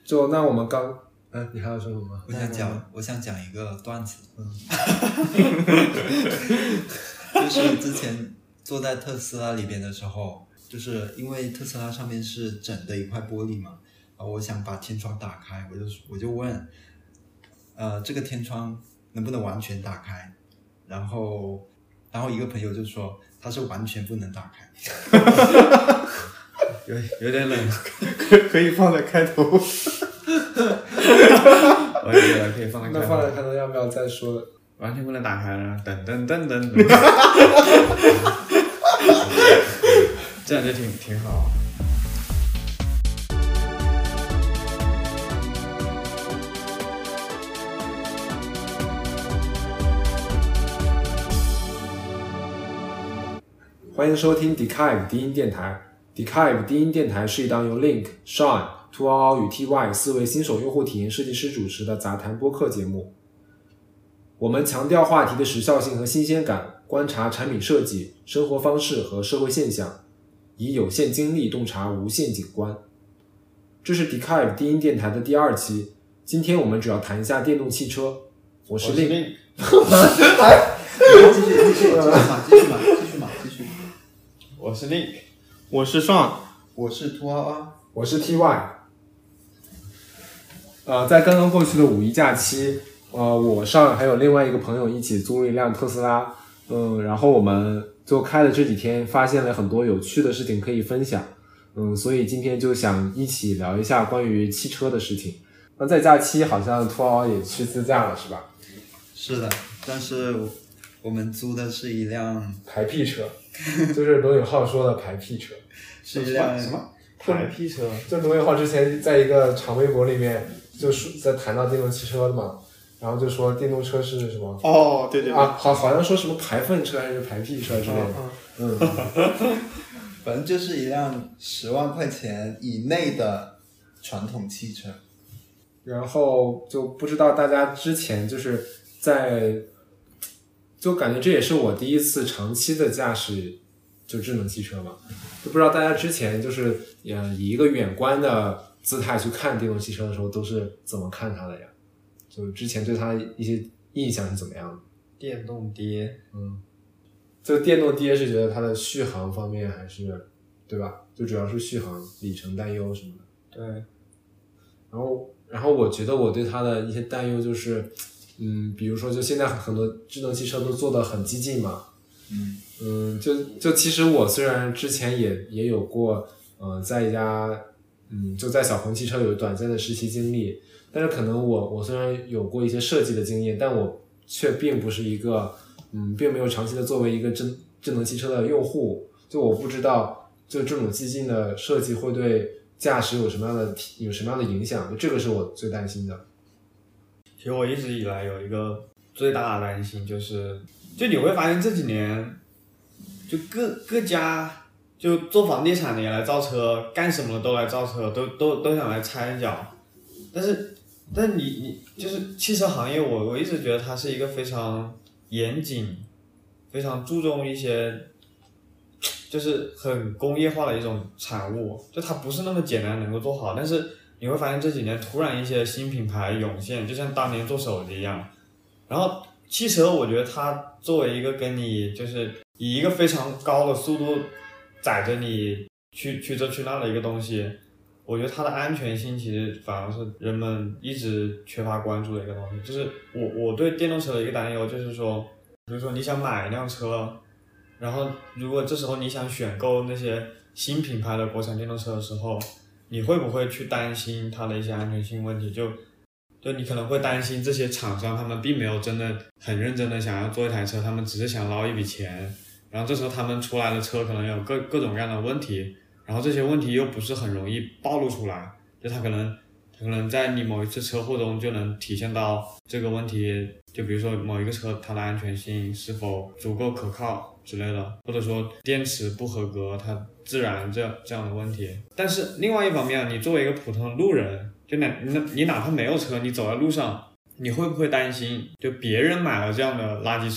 就那我们刚，你还要说什么？ 我想讲一个段子，就是之前坐在特斯拉里边的时候，就是因为特斯拉上面是整的一块玻璃嘛，然后我想把天窗打开，我就问，这个天窗能不能完全打开？然后一个朋友就说它是完全不能打开。 有点冷， 可以放在开头。 我也觉得可以放在开头。 那放在开头要不要再说？ 完全不能打开了，噔噔噔噔。这样就挺好。 欢迎收听 Dekive 低音电台。Dekive 低音电台是一档由 Link、Sean、2嗷与 TY 四位新手用户体验设计师主持的杂谈播客节目。我们强调话题的时效性和新鲜感，观察产品设计、生活方式和社会现象，以有限精力洞察无限景观。这是 Dekive 低音电台的第2期，今天我们主要谈一下电动汽车。我是 Link。 继续嘛。 我是 Link， 我是 Sean， 我是2嗷， 我是 TY。在刚刚过去的五一假期，我上还有另外一个朋友一起租了一辆特斯拉，然后我们就开了这几天，发现了很多有趣的事情可以分享，所以今天就想一起聊一下关于汽车的事情。那在假期好像2嗷也去自驾了，是吧？ 是的，但是我们租的是一辆排屁车，就是罗永浩说的排屁车， 是一辆什么排屁车？ 就罗永浩之前在一个长微博里面就是在谈到电动汽车的嘛，然后就说电动车是什么？ 哦，对好像说什么排粪车还是排屁车之类的。 反正就是一辆10万块钱以内的传统汽车。 然后就不知道大家之前就是就感觉这也是我第一次长期的驾驶就智能汽车嘛，就不知道大家之前就是以一个远观的姿态去看电动汽车的时候都是怎么看它的呀？就之前对它一些印象是怎么样的？ 电动爹， 就电动爹是觉得它的续航方面还是对吧？就主要是续航、里程担忧什么的。 对。 然后我觉得我对它的一些担忧就是，比如说就现在很多智能汽车都做得很激进嘛，就其实我虽然之前也有过，在一家，就在小鹏汽车有短暂的实习经历，但是可能我虽然有过一些设计的经验，但我却并不是一个，并没有长期的作为一个智能汽车的用户，就我不知道就这种激进的设计会对驾驶有什么样的影响，这个是我最担心的。 其实我一直以来有一个最大的担心就你会发现这几年就各家就做房地产的也来造车，干什么的都来造车，都想来掺一脚。但你就是汽车行业，我一直觉得它是一个非常严谨、非常注重一些就是很工业化的一种产物，就它不是那么简单能够做好。但是你会发现这几年突然一些新品牌涌现，就像当年做手机一样。然后汽车我觉得它作为一个跟你就是以一个非常高的速度载着你去这去那的一个东西，我觉得它的安全性其实反而是人们一直缺乏关注的一个东西。就是我对电动车的一个担忧就是说，比如说你想买一辆车，然后如果这时候你想选购那些新品牌的国产电动车的时候，你会不会去担心它的一些安全性问题？就你可能会担心这些厂商他们并没有真的很认真的想要做一台车，他们只是想捞一笔钱，然后这时候他们出来的车可能有各种各样的问题，然后这些问题又不是很容易暴露出来，就它可能在你某一次车祸中就能体现到这个问题，就比如说某一个车它的安全性是否足够可靠之类的，或者说电池不合格它自燃这样的问题。但是另外一方面，你作为一个普通的路人，就你哪怕没有车，你走在路上，你会不会担心就别人买了这样的垃圾车，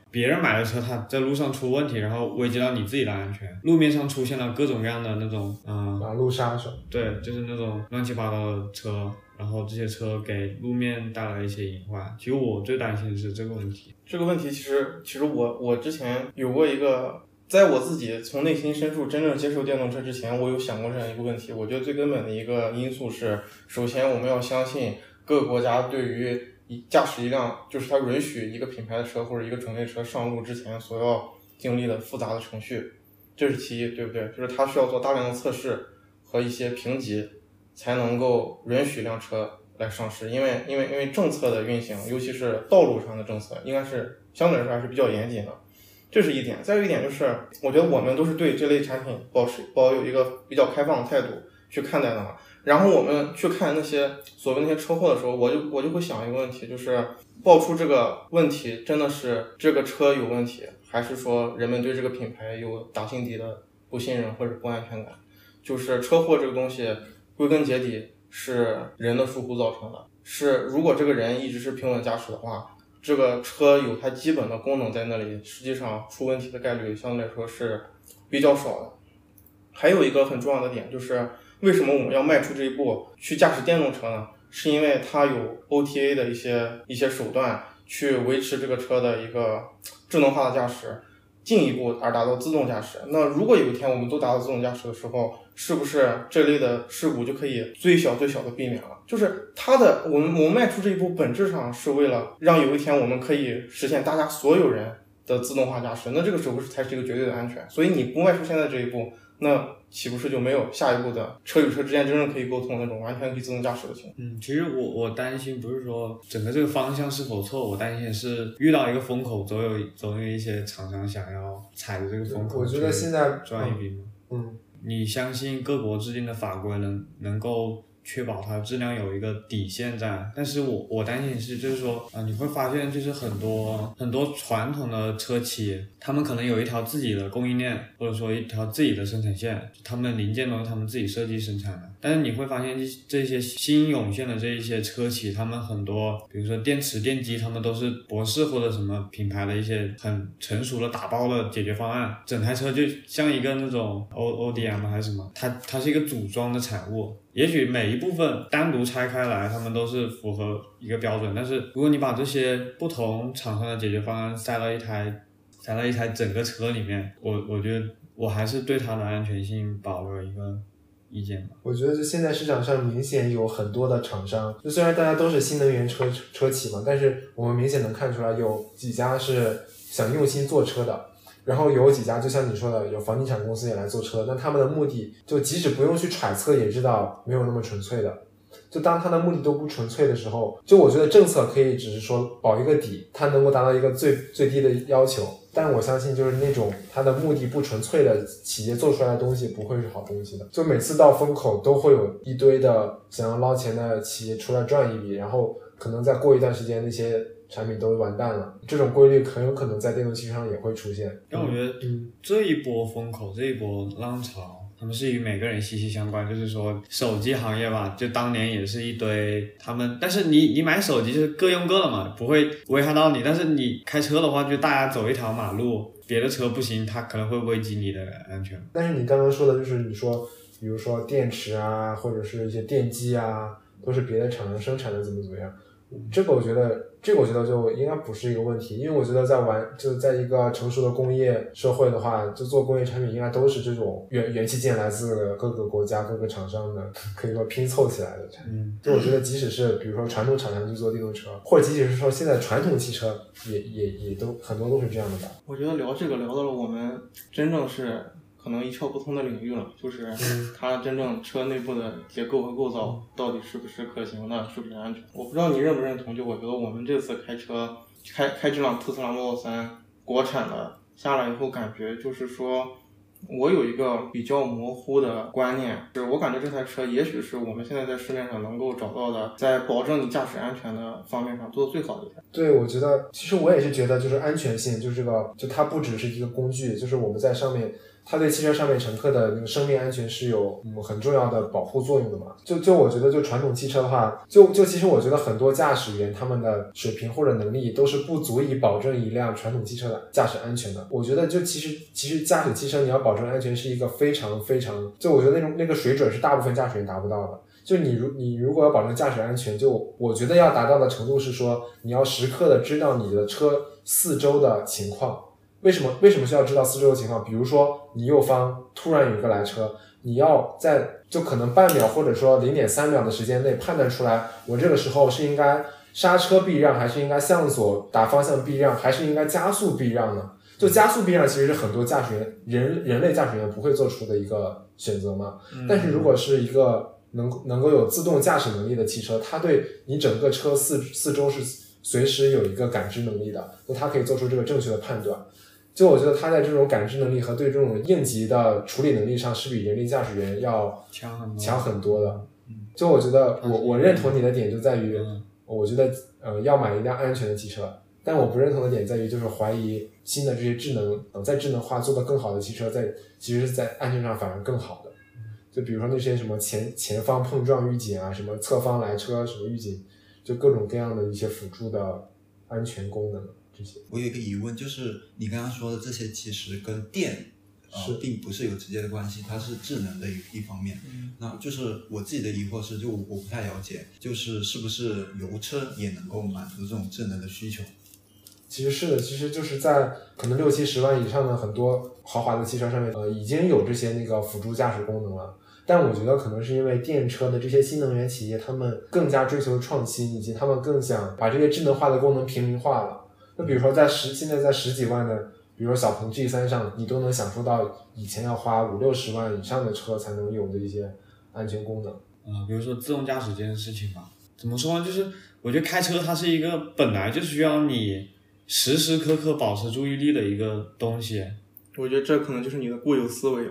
别人买的车他在路上出问题，然后危及到你自己的安全，路面上出现了各种各样的那种马路杀手， 对，就是那种乱七八糟的车，然后这些车给路面带来一些隐患。其实我最担心的是这个问题。 这个问题其实我之前有过一个，在我自己从内心深处真正接受电动车之前，我有想过这样一个问题。我觉得最根本的一个因素是，首先我们要相信各个国家对于驾驶一辆，就是它允许一个品牌的车或者一个种类车上路之前所要经历的复杂的程序，这是其一，对不对？就是它需要做大量的测试和一些评级，才能够允许一辆车来上市。因为政策的运行，尤其是道路上的政策，应该是相对来说还是比较严谨的，这是一点。再有一点就是，我觉得我们都是对这类产品抱有一个比较开放的态度去看待的嘛。然后我们去看那些所谓那些车祸的时候，我就会想一个问题，就是爆出这个问题真的是这个车有问题，还是说人们对这个品牌有打心底的不信任或者不安全感？就是车祸这个东西归根结底是人的疏忽造成的，是如果这个人一直是平稳驾驶的话，这个车有它基本的功能在那里，实际上出问题的概率相对来说是比较少的。还有一个很重要的点就是为什么我们要迈出这一步去驾驶电动车呢？是因为它有 OTA 的一些手段去维持这个车的一个智能化的驾驶，进一步而达到自动驾驶。那如果有一天我们都达到自动驾驶的时候，是不是这类的事故就可以最小的避免了？就是我们迈出这一步本质上是为了让有一天我们可以实现大家所有人的自动化驾驶，那这个时候才是一个绝对的安全。所以你不迈出现在这一步，那岂不是就没有下一步的车与车之间真正可以沟通那种完全可以自动驾驶的情况？ 其实我担心不是说整个这个方向是否错，我担心是遇到一个风口，总有一些厂商想要踩着这个风口。 我觉得现在赚一笔吗？你相信各国制定的法规能够确保它质量有一个底线在，但是我担心的是，就是说你会发现就是很多传统的车企，他们可能有一条自己的供应链，或者说一条自己的生产线，他们零件都是他们自己设计生产的。但是你会发现这些新涌现的这一些车企，他们很多比如说电池电机，他们都是博士或者什么品牌的一些很成熟的打包的解决方案，整台车就像一个那种 ODM 还是什么，它是一个组装的产物。也许每一部分单独拆开来，他们都是符合一个标准，但是如果你把这些不同厂商的解决方案塞到一台整个车里面，我觉得我还是对它的安全性保留一个意见吧。 我觉得就现在市场上明显有很多的厂商，就虽然大家都是新能源车企嘛，但是我们明显能看出来有几家是想用心做车的，然后有几家就像你说的有房地产公司也来做车，那他们的目的就即使不用去揣测也知道没有那么纯粹的。就当他的目的都不纯粹的时候，就我觉得政策可以只是说保一个底，它能够达到一个最低的要求，但我相信就是那种它的目的不纯粹的企业做出来的东西不会是好东西的。就每次到风口都会有一堆的想要捞钱的企业出来赚一笔，然后可能再过一段时间那些产品都完蛋了，这种规律很有可能在电动汽车上也会出现。 但我觉得这一波风口，这一波浪潮，他们是与每个人息息相关。就是说手机行业吧，就当年也是一堆他们，但是你买手机就是各用各的嘛，不会危害到你。但是你开车的话，就大家走一条马路，别的车不行，它可能会危及你的安全。 但是你刚刚说的就是你说比如说电池啊，或者是一些电机啊，都是别的厂商生产的怎么样，这个我觉得就应该不是一个问题。因为我觉得就在一个成熟的工业社会的话，就做工业产品应该都是这种元器件来自各个国家各个厂商的，可以说拼凑起来的产品。就我觉得即使是比如说传统厂商去做电动车，或者即使是说现在传统汽车也都很多都是这样的吧。 我觉得聊这个聊到了我们真正是可能一窍不通的领域了，就是它真正车内部的结构和构造到底是不是可行的，是不是安全。我不知道你认不认同，就我觉得我们这次开这辆特斯拉 Model 3国产的下来以后，感觉就是说我有一个比较模糊的观念，就是我感觉这台车也许是我们现在在市面上能够找到的在保证你驾驶安全的方面上做的最好的一台。 对，我觉得其实我也是觉得就是安全性就是这个，就它不只是一个工具，就是我们在上面它对汽车上面乘客的那个生命安全是有很重要的保护作用的嘛。就我觉得就传统汽车的话，就其实我觉得很多驾驶员他们的水平或者能力都是不足以保证一辆传统汽车的驾驶安全的。我觉得就其实驾驶汽车你要保证安全是一个非常非常，就我觉得那个水准是大部分驾驶员达不到的。就你如果要保证驾驶安全，就我觉得要达到的程度是说，你要时刻的知道你的车四周的情况。为什么需要知道四周的情况？比如说你右方突然有一个来车，你要在就可能半秒或者说 0.3 秒的时间内判断出来，我这个时候是应该刹车避让，还是应该向左打方向避让，还是应该加速避让呢？就加速避让其实是很多驾驶员人类驾驶员不会做出的一个选择嘛。但是如果是一个能够有自动驾驶能力的汽车，它对你整个车四周是随时有一个感知能力的，就它可以做出这个正确的判断。就我觉得它在这种感知能力和对这种应急的处理能力上是比人力驾驶员要强很多的。就我觉得我认同你的点就在于，我觉得要买一辆安全的汽车，但我不认同的点在于就是怀疑新的这些在智能化做得更好的汽车其实是在安全上反而更好的。就比如说那些什么前方碰撞预警啊，什么侧方来车什么预警，就各种各样的一些辅助的安全功能。 我有一个疑问，就是你刚刚说的这些其实跟电并不是有直接的关系，它是智能的一方面。那就是我自己的疑惑是，就我不太了解，就是是不是油车也能够满足这种智能的需求？ 其实是的，其实就是在可能6-70万以上的很多豪华的汽车上面，已经有这些那个辅助驾驶功能了。但我觉得可能是因为电车的这些新能源企业，他们更加追求创新，以及他们更想把这些智能化的功能平民化了。那比如说现在在10几万的，比如说小鹏 G3 上，你都能享受到以前要花50-60万以上的车才能有的一些安全功能。 比如说自动驾驶这件事情吧，怎么说呢？就是我觉得开车它是一个本来就需要你时时刻刻保持注意力的一个东西。 我觉得这可能就是你的固有思维了。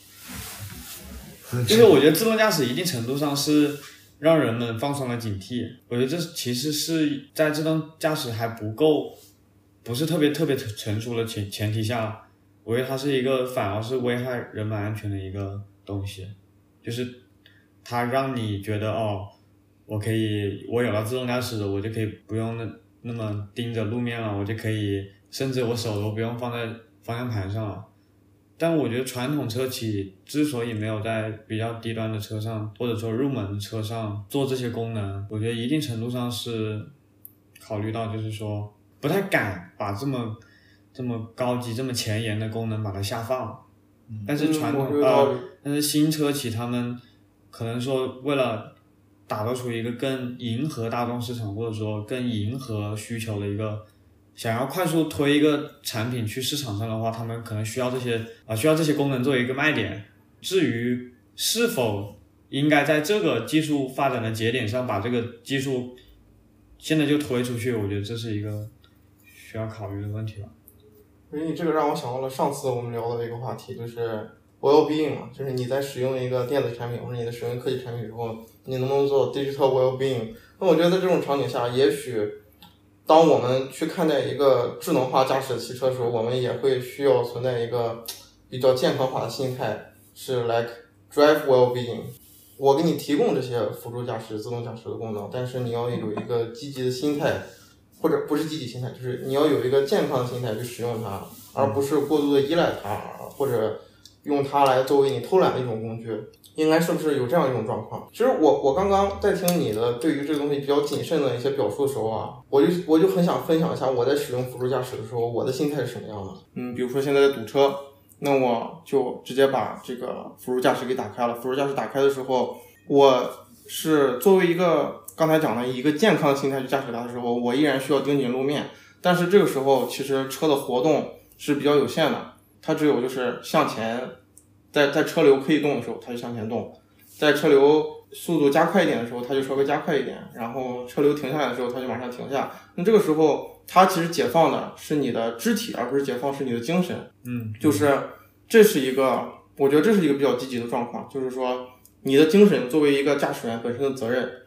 就是我觉得自动驾驶一定程度上是让人们放松了警惕。我觉得这其实是在自动驾驶还不是特别成熟的前提下，我觉得它是一个反而是危害人们安全的一个东西。就是它让你觉得我有了自动驾驶，我就可以不用那么盯着路面了，我就可以甚至我手都不用放在方向盘上了。但我觉得传统车企之所以没有在比较低端的车上或者说入门的车上做这些功能，我觉得一定程度上是考虑到就是说不太敢把这么高级这么前沿的功能把它下放。但是但是新车企他们可能说为了打造出一个更迎合大众市场或者说更迎合需求的一个想要快速推一个产品去市场上的话，他们可能需要这些功能作为一个卖点。至于是否应该在这个技术发展的节点上把这个技术现在就推出去，我觉得这是一个需要考虑的问题了。 所以这个让我想到了上次我们聊的一个话题，就是 well-being 嘛，就是你在使用一个电子产品或者你在使用科技产品之后，你能不能做 digital well-being？ 那我觉得在这种场景下，也许当我们去看待一个智能化驾驶的汽车的时候，我们也会需要存在一个比较健康化的心态，是 like drive well-being。我给你提供这些辅助驾驶、自动驾驶的功能，但是你要有一个积极的心态，或者不是积极心态，就是你要有一个健康的心态去使用它，而不是过度的依赖它，或者用它来作为你偷懒的一种工具。应该是不是有这样一种状况？其实我刚刚在听你的对于这个东西比较谨慎的一些表述的时候啊，我就很想分享一下我在使用辅助驾驶的时候我的心态是什么样的。比如说现在在堵车，那我就直接把这个辅助驾驶给打开了。辅助驾驶打开的时候，我是作为一个刚才讲的一个健康的心态去驾驶它的时候，我依然需要盯紧路面，但是这个时候其实车的活动是比较有限的，它只有就是向前，在车流可以动的时候它就向前动，在车流速度加快一点的时候它就稍微加快一点，然后车流停下来的时候它就马上停下。那这个时候它其实解放的是你的肢体，而不是解放是你的精神。就是这是一个，我觉得这是一个比较积极的状况，就是说你的精神作为一个驾驶员本身的责任，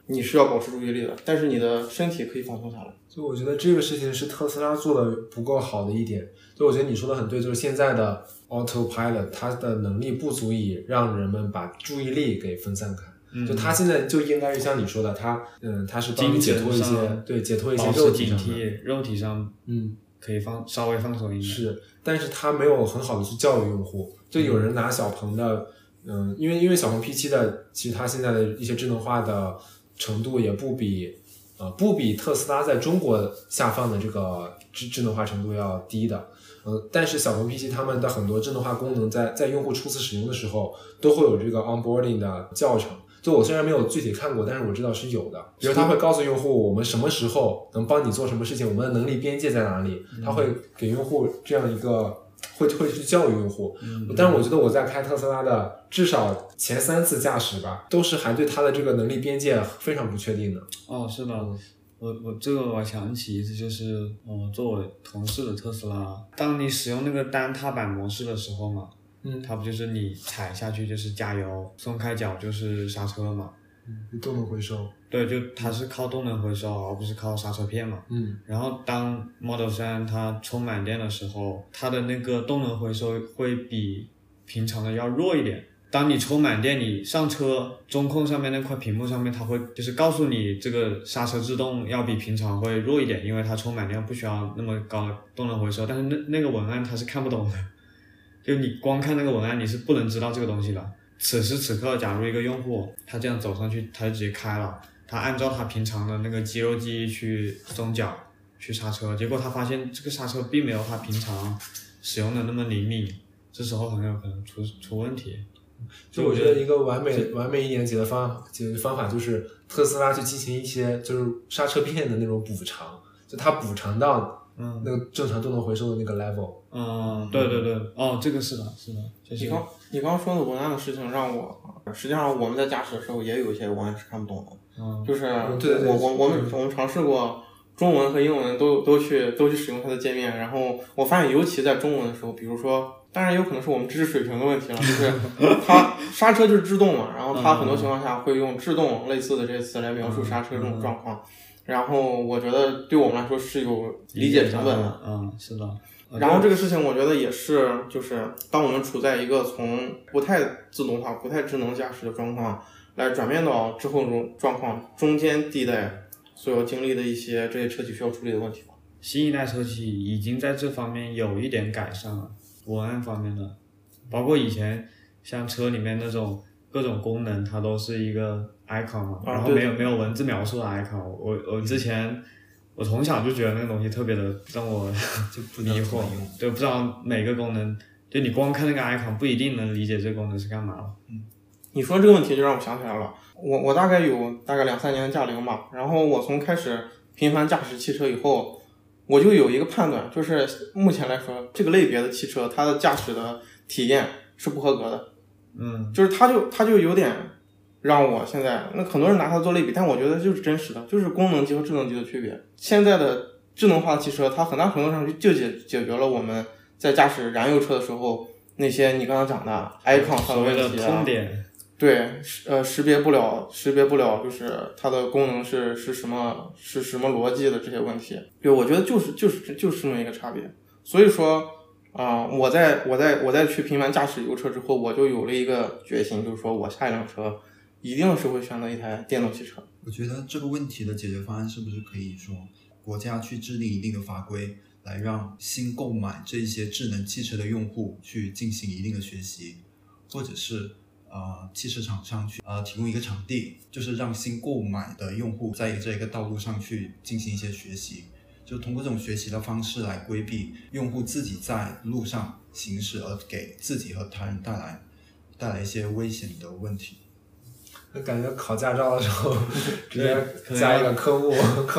你是要保持注意力的，但是你的身体可以放松下来。 就我觉得这个事情是特斯拉做的不够好的一点。就我觉得你说的很对，就是现在的 Autopilot 它的能力不足以让人们把注意力给分散开。就它现在就应该是像你说的，它是帮你解脱一些，解脱一些肉体上的， 肉体上可以稍微放松一点。 是，但是它没有很好的去教育用户。就有人拿小鹏的，因为小鹏 P7 的，其实它现在的一些智能化的程度也不比特斯拉在中国下放的这个智能化程度要低的。但是小鹏 P7 他们的很多智能化功能在用户初次使用的时候都会有这个 onboarding 的教程。就我虽然没有具体看过，但是我知道是有的。比如他会告诉用户我们什么时候能帮你做什么事情，我们的能力边界在哪里，他会给用户这样一个会去教育用户。但是我觉得我在开特斯拉的至少前3次驾驶吧，都是还对它的这个能力边界非常不确定的。 是的。我这个我想起一次，就是做我同事的特斯拉，当你使用那个单踏板模式的时候嘛，它不就是你踩下去就是加油，松开脚就是刹车嘛， 动能回收。 对，就它是靠动能回收，而不是靠刹车片嘛。然后当 Model 3它充满电的时候，它的那个动能回收会比平常的要弱一点。当你充满电，你上车中控上面那块屏幕上面，它会就是告诉你这个刹车制动要比平常会弱一点，因为它充满电不需要那么高的动能回收。但是那个文案它是看不懂的，就你光看那个文案你是不能知道这个东西的。此时此刻，假如一个用户他这样走上去，他就直接开了，他按照他平常的那个肌肉记忆去松脚去刹车，结果他发现这个刹车并没有他平常使用的那么灵敏，这时候很有可能出问题。 就我觉得一个完美一点解决方法就是特斯拉去进行一些就是刹车片的那种补偿，就它补偿到那个正常动能回收的那个 level。 对，这个是的。就是你刚说的文案的事情让我，实际上我们在驾驶的时候也有一些文案是看不懂的。就是我们尝试过中文和英文都去使用它的界面，然后我发现尤其在中文的时候，比如说，当然有可能是我们知识水平的问题了，就是它刹车就是制动嘛，然后它很多情况下会用制动类似的这些词来描述刹车这种状况，然后我觉得对我们来说是有理解成本的。 是的。 然后这个事情我觉得也是，就是当我们处在一个从不太自动化、不太智能驾驶的状况来转变到之后这种状况中间地带所要经历的一些这些车企需要处理的问题吧。 新一代车企已经在这方面有一点改善了，文案方面的，包括以前像车里面那种各种功能，它都是一个 icon 嘛，然后没有文字描述的 icon。我之前我从小就觉得那个东西特别的让我就迷惑，对，不知道每个功能，就你光看那个 icon 不一定能理解这个功能是干嘛了。 你说这个问题就让我想起来了，我大概有2-3年的驾龄吧，然后我从开始频繁驾驶汽车以后，我就有一个判断，就是目前来说这个类别的汽车它的驾驶的体验是不合格的。就是它就有点让我现在，那很多人拿它做类比，但我觉得就是真实的，就是功能级和智能级的区别。现在的智能化的汽车，它很大程度上就解决了我们在驾驶燃油车的时候那些你刚刚讲的 icon 上的问题啊，痛点。 对，识别不了，就是它的功能是什么逻辑的这些问题。对，我觉得就是这么一个差别。所以说我在去频繁驾驶油车之后，我就有了一个决心，就是说我下一辆车一定是会选择一台电动汽车。 我觉得这个问题的解决方案是不是可以说国家去制定一定的法规，来让新购买这些智能汽车的用户去进行一定的学习，或者是汽车厂商去提供一个场地，就是让新购买的用户在这个道路上去进行一些学习，就通过这种学习的方式来规避用户自己在路上行驶而给自己和他人带来一些危险的问题。 感觉考驾照的时候直接加一个科目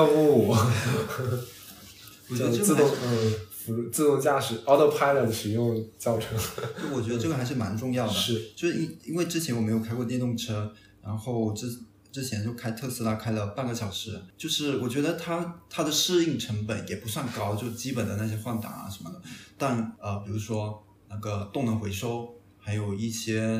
5就自动驾驶 Autopilot 使用教程。 我觉得这个还是蛮重要的。 是， 就是因为之前我没有开过电动车，然后之前就开特斯拉开了半个小时，就是我觉得它的适应成本也不算高，就基本的那些换挡啊什么的。但比如说那个动能回收，还有一些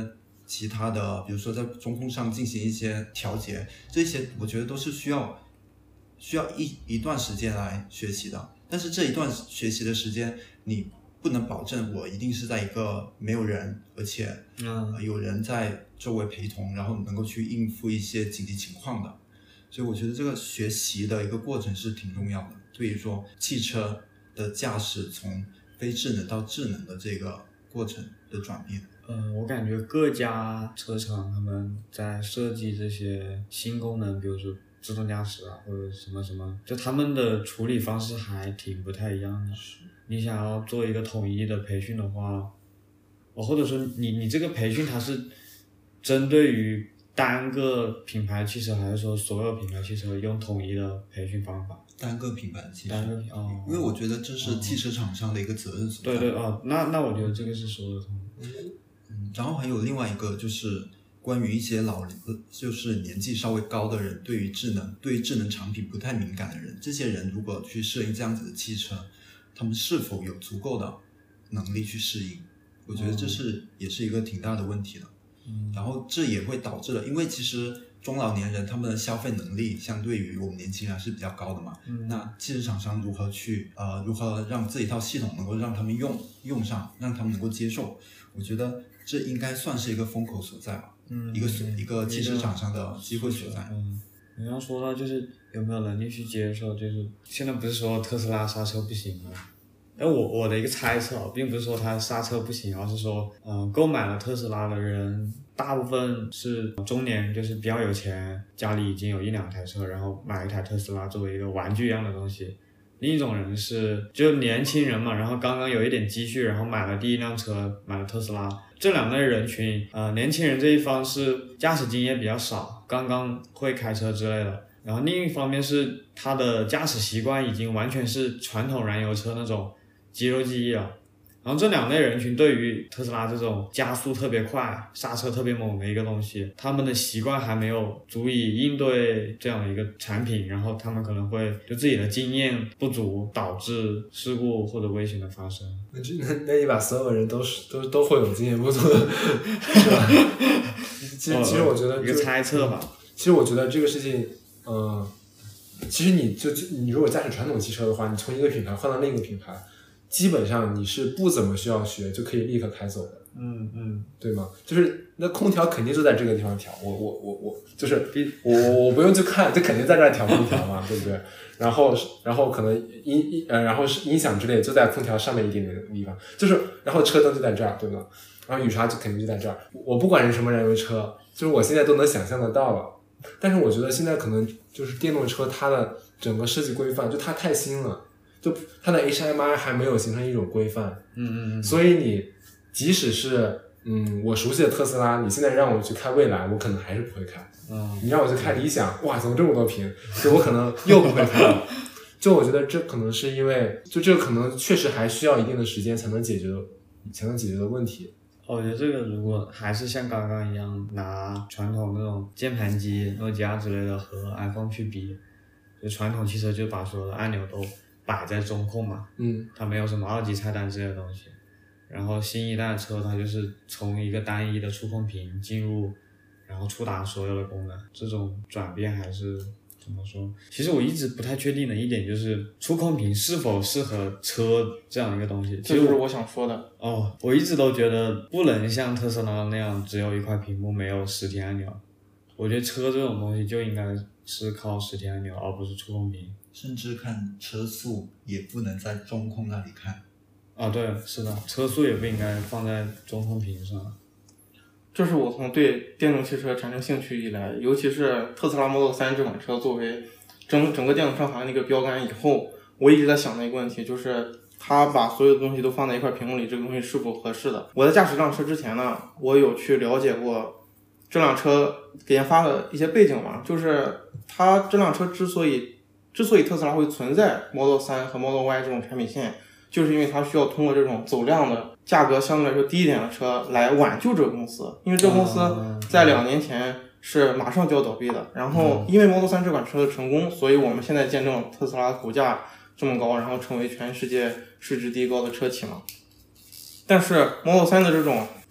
其他的，比如说在中控上进行一些调节，这些我觉得都是需要一段时间来学习的。但是这一段学习的时间，你不能保证我一定是在一个没有人，而且有人在周围陪同，然后能够去应付一些紧急情况的。所以我觉得这个学习的一个过程是挺重要的。所以说汽车的驾驶从非智能到智能的这个过程的转变。 我感觉各家车厂他们在设计这些新功能，比如说自动驾驶啊，或者什么什么，就他们的处理方式还挺不太一样的。你想要做一个统一的培训的话，或者说你这个培训它是针对于单个品牌汽车，还是说所有品牌汽车用统一的培训方法？ 单个品牌的汽车，因为我觉得这是汽车厂商的一个责任所在。 对那我觉得这个是说得通。 然后还有另外一个就是关于一些就是年纪稍微高的人，对于智能产品不太敏感的人，这些人如果去适应这样子的汽车，他们是否有足够的能力去适应？我觉得这也是一个挺大的问题的。然后这也会导致了，因为其实中老年人他们的消费能力相对于我们年轻人是比较高的嘛。那汽车厂商如何让这一套系统能够让他们用上，让他们能够接受？我觉得这应该算是一个风口所在吧。一个汽车厂商的机会所在。 你要说到就是有没有能力去接受，就是现在不是说特斯拉刹车不行吗？但我的一个猜测并不是说它刹车不行，而是说购买了特斯拉的人大部分是中年，就是比较有钱，家里已经有1-2台车，然后买一台特斯拉作为一个玩具一样的东西。另一种人是就年轻人嘛，然后刚刚有一点积蓄，然后买了第一辆车，买了特斯拉。这两类人群年轻人这一方是驾驶经验比较少，刚刚会开车之类的，然后另一方面是他的驾驶习惯已经完全是传统燃油车那种肌肉记忆了。然后这两类人群对于特斯拉这种加速特别快、刹车特别猛的一个东西，他们的习惯还没有足以应对这样的一个产品，然后他们可能会就自己的经验不足，导致事故或者危险的发生。 那你把所有人都会有经验不足的，是吧？其实我觉得一个猜测吧。 其实我觉得这个事情，其实你如果驾驶传统汽车的话，你从一个品牌换到另一个品牌，基本上你是不怎么需要学就可以立刻开走的，对吗？就是那空调肯定就在这个地方调，我就是我不用去看，就肯定在这儿调空调嘛，对不对？然后可能然后音响之类就在空调上面一点点的地方，就是然后车灯就在这儿，对吧？然后雨刷就肯定就在这儿。我不管是什么燃油车，就是我现在都能想象得到了。但是我觉得现在可能就是电动车它的整个设计规范就它太新了。就它的 HMI 还没有形成一种规范，所以你即使是我熟悉的特斯拉，你现在让我去开蔚来，我可能还是不会开。你让我去开理想，哇，怎么这么多屏？就我可能又不会开了。就我觉得这可能是因为，就这个可能确实还需要一定的时间才能解决的问题。 我觉得这个如果还是像刚刚一样拿传统那种键盘机、诺基亚之类的和 iPhone 去比，就传统汽车就把所有的按钮都摆在中控嘛，它没有什么2级菜单之类的东西。然后新一代的车它就是从一个单一的触控屏进入，然后触达所有的功能，这种转变还是怎么说？其实我一直不太确定的一点就是触控屏是否适合车这样一个东西。 这就是我想说的。 我一直都觉得不能像特斯拉那样只有一块屏幕没有实体按钮。我觉得车这种东西就应该是靠实体按钮，而不是触控屏。 甚至看车速也不能在中控那里看。 对，是的，车速也不应该放在中控屏上。 这是我从对电动汽车产生兴趣以来，尤其是特斯拉 Model 3这款车作为整个电动车行业的一个标杆以后，我一直在想的一个问题，就是它把所有的东西都放在一块屏幕里，这个东西是否合适的？我在驾驶这辆车之前呢，我有去了解过这辆车研发的一些背景嘛，就是它这辆车之所以特斯拉会存在 Model 3和 Model Y 这种产品线，就是因为它需要通过这种走量的价格相对来说低一点的车来挽救这个公司，因为这个公司在2年前是马上就要倒闭的。然后因为 Model 3这款车的成功，所以我们现在见证特斯拉股价这么高，然后成为全世界市值第一高的车企嘛。但是 Model 3的这种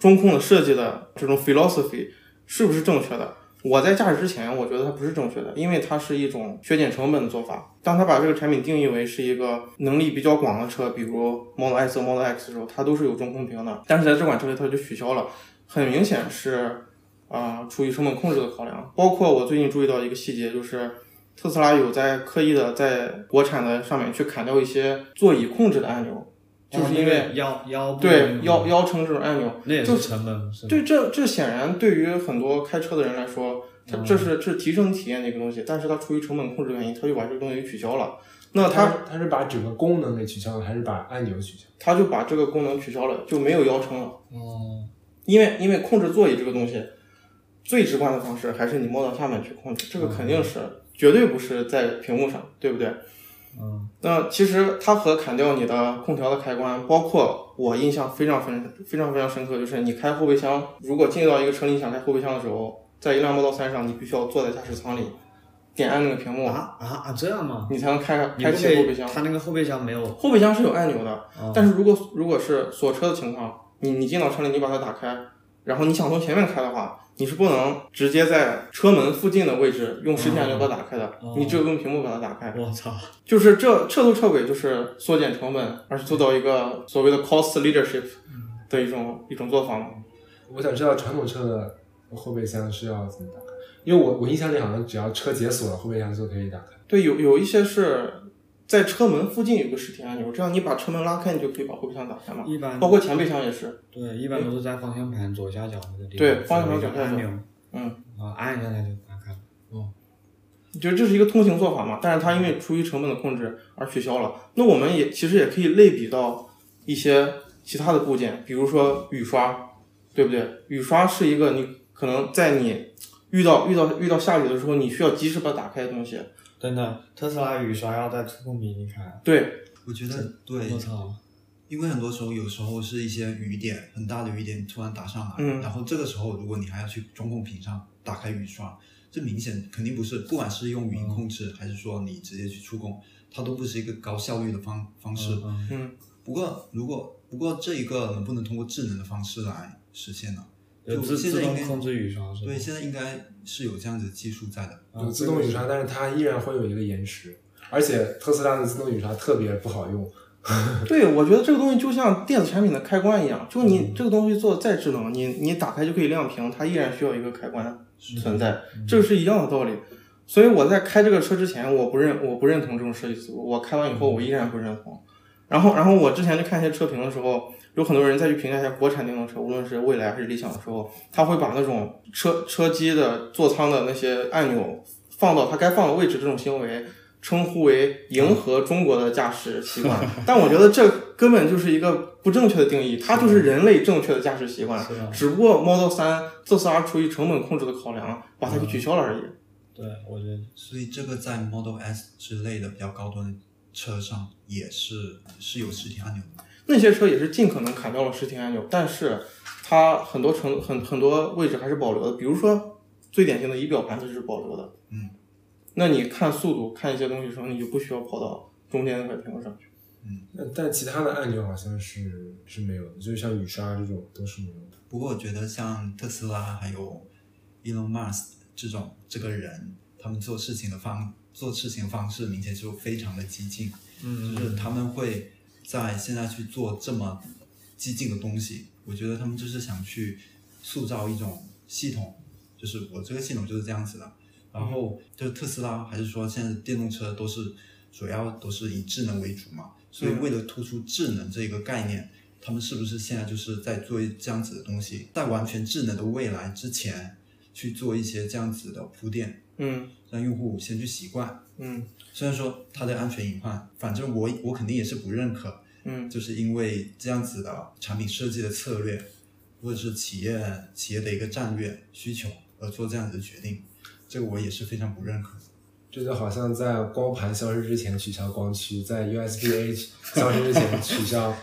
中控的设计的这种 philosophy 是不是正确的。我在驾驶之前，我觉得它不是正确的，因为它是一种削减成本的做法。当它把这个产品定义为是一个能力比较广的车，比如 Model S 和 Model X 的时候，它都是有中控屏的，但是在这款车里它就取消了，很明显是出于成本控制的考量。包括我最近注意到一个细节，就是特斯拉有在刻意的在国产的上面去砍掉一些座椅控制的按钮。就是因为腰撑这种按钮， 那也是成本。 对，这显然对于很多开车的人来说，这是提升体验的一个东西，但是它出于成本控制原因，它就把这个东西给取消了。那它是把整个功能给取消了，还是把按钮取消？ 它就把这个功能取消了，就没有腰撑了。因为控制座椅这个东西，最直观的方式还是你摸到下面去控制，这个肯定是绝对不是在屏幕上，对不对？那其实它和砍掉你的空调的开关，包括我印象非常深刻，就是你开后备箱，如果进入到一个车里想开后备箱的时候，在一辆 Model 3上，你必须要坐在驾驶舱里，点按那个屏幕这样吗？ 你才能开启后备箱。 它那个后备箱没有， 后备箱是有按钮的，但是如果是锁车的情况，你进到车里，你把它打开，然后你想从前面开的话，你是不能直接在车门附近的位置用实体按钮把它打开的，你只有用屏幕把它打开。 我操！ 就是这彻头彻尾就是缩减成本，而是做到一个所谓的 cost leadership 的一种做法嘛。 我想知道传统车的后备箱是要怎么打开，因为我印象里好像只要车解锁了，后备箱就可以打开。 对，有一些是在车门附近有个实体按钮，这样你把车门拉开，你就可以把后备箱打开嘛。 一般包括前备箱也是。 对，一般都是在方向盘左下角那个地方。 对，方向盘左下角按钮。按一下它就打开了。 就这是一个通行做法嘛，但是它因为出于成本的控制而取消了。那我们其实也可以类比到一些其他的部件，比如说雨刷，对不对？雨刷是一个你可能在你遇到下雨的时候，你需要及时把它打开的东西。 真的，特斯拉雨刷要在触控笔里开。 对， 我觉得对。 我操！ 因为很多时候，有时候是一些雨点，很大的雨点突然打上来，然后这个时候，如果你还要去中控屏上打开雨刷，这明显肯定不是，不管是用语音控制，还是说你直接去触控，它都不是一个高效率的方式。不过这一个能不能通过智能的方式来实现呢？就现在应该控制雨刷是吧？ 对，现在应该是有这样子的技术在的。 有自动雨刷，但是它依然会有一个延迟，而且特斯拉的自动雨刷特别不好用。 对，我觉得这个东西就像电子产品的开关一样，就你这个东西做的再智能，你打开就可以亮屏，它依然需要一个开关存在，这个是一样的道理。所以我在开这个车之前，我不认同这种设计思路，我开完以后我依然不认同。然后我之前去看一些车评的时候，有很多人再去评价一下国产电动车，无论是蔚来还是理想的时候，他会把那种车机的座舱的那些按钮放到它该放的位置，这种行为称呼为迎合中国的驾驶习惯，但我觉得这根本就是一个不正确的定义，它就是人类正确的驾驶习惯，只不过 Model 3特斯拉出于成本控制的考量把它给取消了而已。 对，我觉得， 所以这个在 Model S 之类的比较高端的车上也是有实体按钮的。 那些车也是尽可能砍掉了实体按钮，但是它很多位置还是保留的，比如说最典型的仪表盘它就是保留的。那你看速度看一些东西的时候，你就不需要跑到中间那块屏幕上去。 但其他的按钮好像是没有的，就像雨刷这种都是没有的。 不过我觉得像特斯拉还有 Elon Musk 这个人，他们做事情的方式明显就非常的激进。就是他们会在现在去做这么激进的东西，我觉得他们就是想去塑造一种系统，就是我这个系统就是这样子的。然后就是特斯拉还是说现在电动车主要都是以智能为主嘛，所以为了突出智能这个概念，他们是不是现在就是在做这样子的东西，在完全智能的未来之前去做一些这样子的铺垫，让用户先去习惯。虽然说它的安全隐患，反正我肯定也是不认可。就是因为这样子的产品设计的策略，或者是企业的一个战略需求而做这样子的决定，这个我也是非常不认可。 这就好像在光盘消失之前取消光驱，在 USB-A 消失之前取消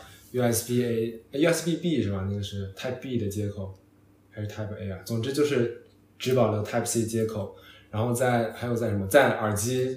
USB-B 是吧？那个是 Type B 的接口还是 Type A 啊？总之就是只保留 Type C 接口，然后还有在什么？在耳机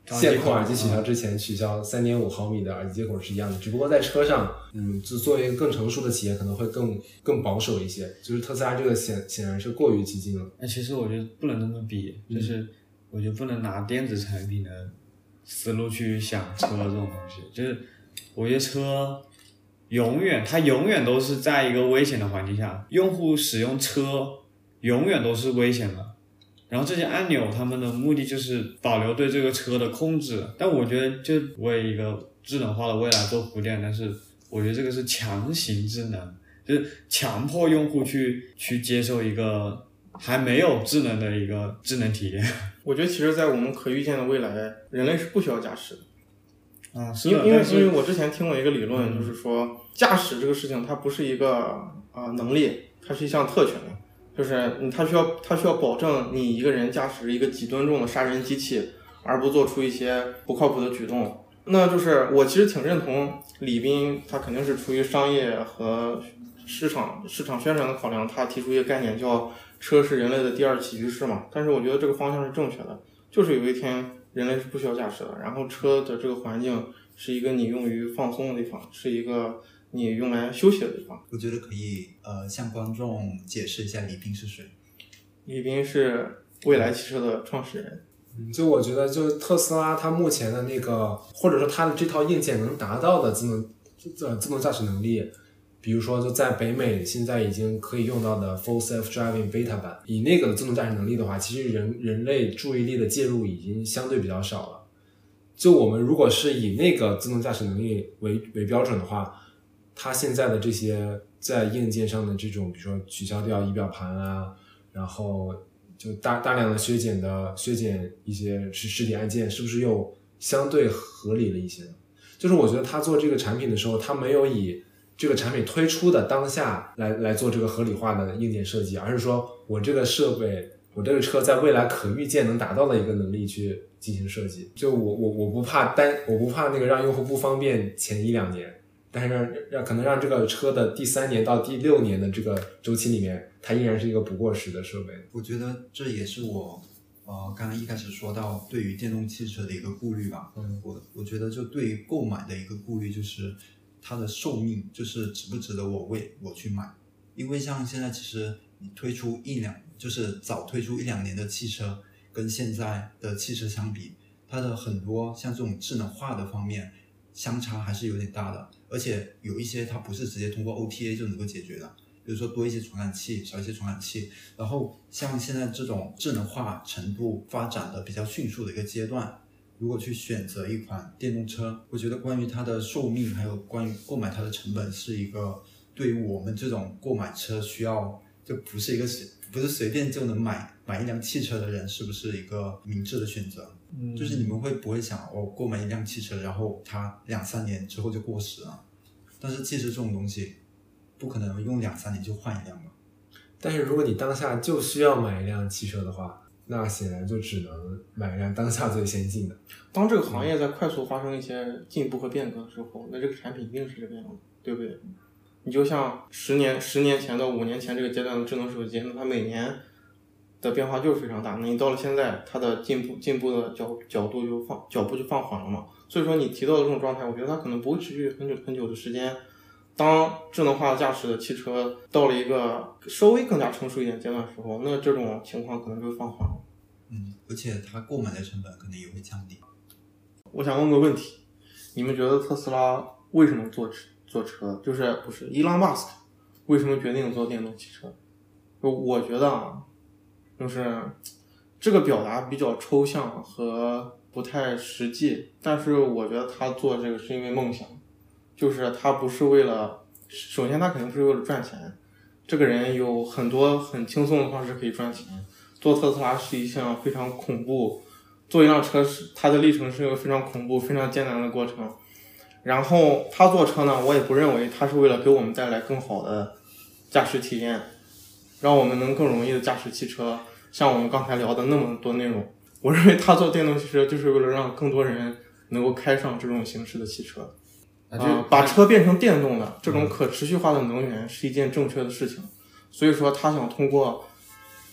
线控耳机取消之前取消3.5毫米的耳机接口是一样的，只不过在车上，就作为一个更成熟的企业可能会更保守一些，就是特斯拉这个显然是过于激进了。 其实我觉得不能这么比，就是我觉得不能拿电子产品的思路去想车这种东西，就是我觉得车它永远都是在一个危险的环境下，用户使用车永远都是危险的。然后这些按钮他们的目的就是保留对这个车的控制，但我觉得就为一个智能化的未来做铺垫，但是我觉得这个是强行智能，就是强迫用户去接受一个还没有智能的一个智能体验。 我觉得其实在我们可预见的未来，人类是不需要驾驶的。 是因为我之前听过一个理论，就是说驾驶这个事情它不是一个能力，它是一项特权。就是他需要保证你一个人驾驶一个几吨重的杀人机器，而不做出一些不靠谱的举动。那就是我其实挺认同李斌，他肯定是出于商业和市场宣传的考量，他提出一个概念叫车是人类的第二起居室嘛。但是我觉得这个方向是正确的，就是有一天人类是不需要驾驶的，然后车的这个环境是一个你用于放松的地方，是一个你用来休息的地方。 我觉得可以向观众解释一下李斌是谁。 李斌是蔚来汽车的创始人。 就我觉得就特斯拉它目前的那个或者说它的这套硬件能达到的自动驾驶能力，比如说就在北美现在已经可以用到的 Full Self Driving Beta 版，以那个的自动驾驶能力的话，其实人类注意力的介入已经相对比较少了。就我们如果是以那个自动驾驶能力为标准的话，它现在的这些在硬件上的这种，比如说取消掉仪表盘啊，然后就大量的削减一些实体按键，是不是又相对合理了一些呢？就是我觉得他做这个产品的时候，他没有以这个产品推出的当下来做这个合理化的硬件设计，而是说我这个设备，我这个车在未来可预见能达到的一个能力去进行设计。就我不怕那个让用户不方便前1-2年，但是可能让这个车的第3年到第6年的这个周期里面，它依然是一个不过时的设备。 我觉得这也是我刚刚一开始说到对于电动汽车的一个顾虑吧。我觉得就对于购买的一个顾虑就是它的寿命，就是值不值得我去买。因为像现在其实你就是早推出1-2年的汽车，跟现在的汽车相比，它的很多像这种智能化的方面相差还是有点大的，而且有一些它不是直接通过 OTA 就能够解决的，比如说多一些传感器，少一些传感器。然后像现在这种智能化程度发展的比较迅速的一个阶段，如果去选择一款电动车，我觉得关于它的寿命还有关于购买它的成本，是一个对于我们这种购买车需要就不是随便就能买一辆汽车的人，是不是一个明智的选择？就是你们会不会想购买一辆汽车，然后它2-3年之后就过时了？但是其实这种东西不可能用2-3年就换一辆吧。 但是如果你当下就需要买一辆汽车的话，那显然就只能买一辆当下最先进的。 当这个行业在快速发生一些进步和变革的时候，那这个产品一定是这个样子，对不对？你就像10年前到5年前这个阶段的智能手机，那它每年的变化就是非常大。那你到了现在，它的进步的脚步就放缓了嘛。所以说你提到的这种状态，我觉得它可能不会持续很久的时间。当智能化驾驶的汽车到了一个稍微更加成熟一点阶段的时候，那这种情况可能就会放缓了。 而且它购买的成本可能也会降低。 我想问个问题，你们觉得特斯拉为什么做车？就是不是伊朗马斯克为什么决定做电动汽车？我觉得就是这个表达比较抽象和不太实际，但是我觉得他做这个是因为梦想，就是他不是为了，首先他肯定不是为了赚钱，这个人有很多很轻松的方式可以赚钱。做特斯拉是一项非常恐怖，做一辆车它的历程是一个非常恐怖非常艰难的过程。然后他做车呢，我也不认为他是为了给我们带来更好的驾驶体验，让我们能更容易的驾驶汽车，像我们刚才聊的那么多内容。我认为他做电动汽车就是为了让更多人能够开上这种形式的汽车。把车变成电动的这种可持续化的能源是一件正确的事情，所以说他想通过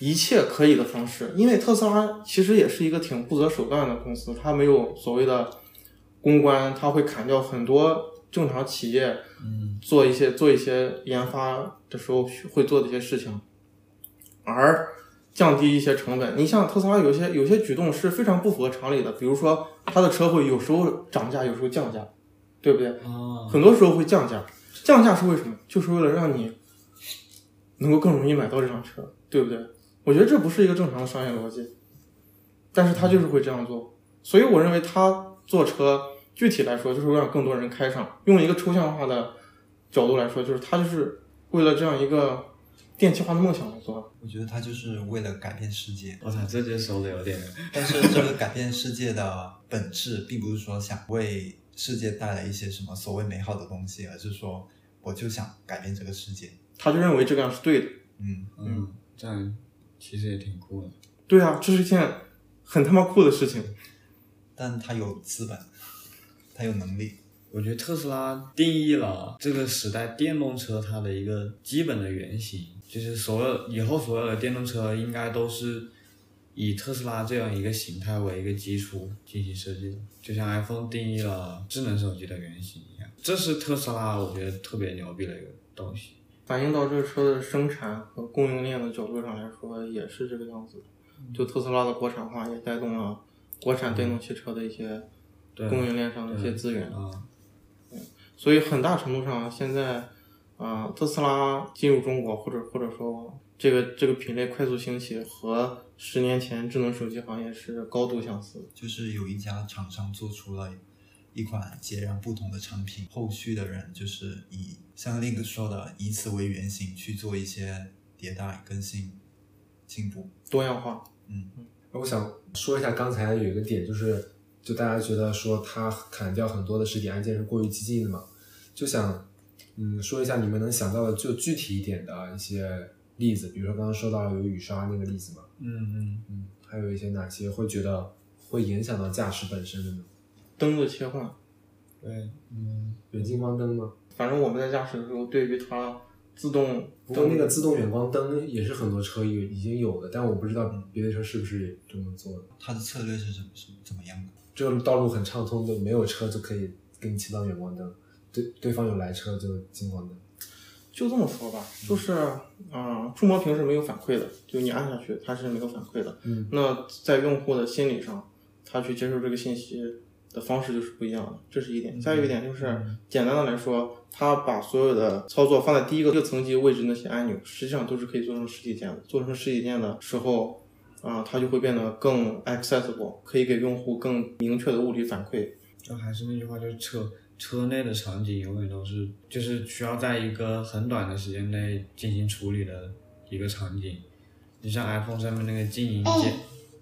一切可以的方式，因为特斯拉其实也是一个挺不择手段的公司，它没有所谓的公关，它会砍掉很多正常企业做一些研发的时候会做的一些事情，而降低一些成本。你像特斯拉有些举动是非常不符合常理的，比如说它的车会有时候涨价，有时候降价，对不对？很多时候会降价，降价是为什么？就是为了让你能够更容易买到这辆车，对不对？我觉得这不是一个正常的商业逻辑，但是他就是会这样做。所以我认为他做车具体来说就是为了让更多人开上，用一个抽象化的角度来说，就是他就是为了这样一个电气化的梦想来做。 我觉得他就是为了改变世界。 我操，这就说的有点。 但是这个改变世界的本质并不是说想为世界带来一些什么所谓美好的东西，而是说我就想改变这个世界。 他就认为这个样是对的。 这样其实也挺酷的。 对啊，这是一件很他妈酷的事情。 但他有资本，他有能力。 我觉得特斯拉定义了这个时代电动车它的一个基本的原型，就是以后所有的电动车应该都是以特斯拉这样一个形态为一个基础进行设计的，就像 iPhone 定义了智能手机的原型一样。这是特斯拉我觉得特别牛逼的一个东西。 反映到这个车的生产和供应链的角度上来说，也是这个样子的。就特斯拉的国产化也带动了国产电动汽车的一些供应链上的一些资源。所以很大程度上，现在特斯拉进入中国，或者说这个品类快速兴起，和10年前智能手机行业是高度相似。 就是有一家厂商做出了一款截然不同的产品，后续的人就是像Link说的，以此为原型去做一些迭代、更新、进步、 多样化。 我想说一下刚才有一个点，就大家觉得说他砍掉很多的实体按键是过于激进的嘛，就想说一下你们能想到的就具体一点的一些例子，比如说刚刚说到了有雨刷那个例子嘛，还有一些哪些会觉得会影响到驾驶本身的呢？ 灯的切换， 对， 远近光灯吗？ 反正我们在驾驶的时候，对于它自动， 不过那个自动远光灯也是很多车已经有的，但我不知道别的车是不是也这么做的。 它的策略是怎么样的？ 这个道路很畅通，就没有车就可以给你切到远光灯，对方有来车就近光灯。 就这么说吧，就是触摸屏是没有反馈的，就你按下去它是没有反馈的。那在用户的心理上，他去接受这个信息的方式就是不一样的，这是一点。再有一点就是，简单的来说，他把所有的操作放在第一个层级位置那些按钮，实际上都是可以做成实体键的。做成实体键的时候，它就会变得更 accessible， 可以给用户更明确的物理反馈。 就还是那句话，就是车内的场景永远都是就是需要在一个很短的时间内进行处理的一个场景。就像 iPhone 上面那个静音键，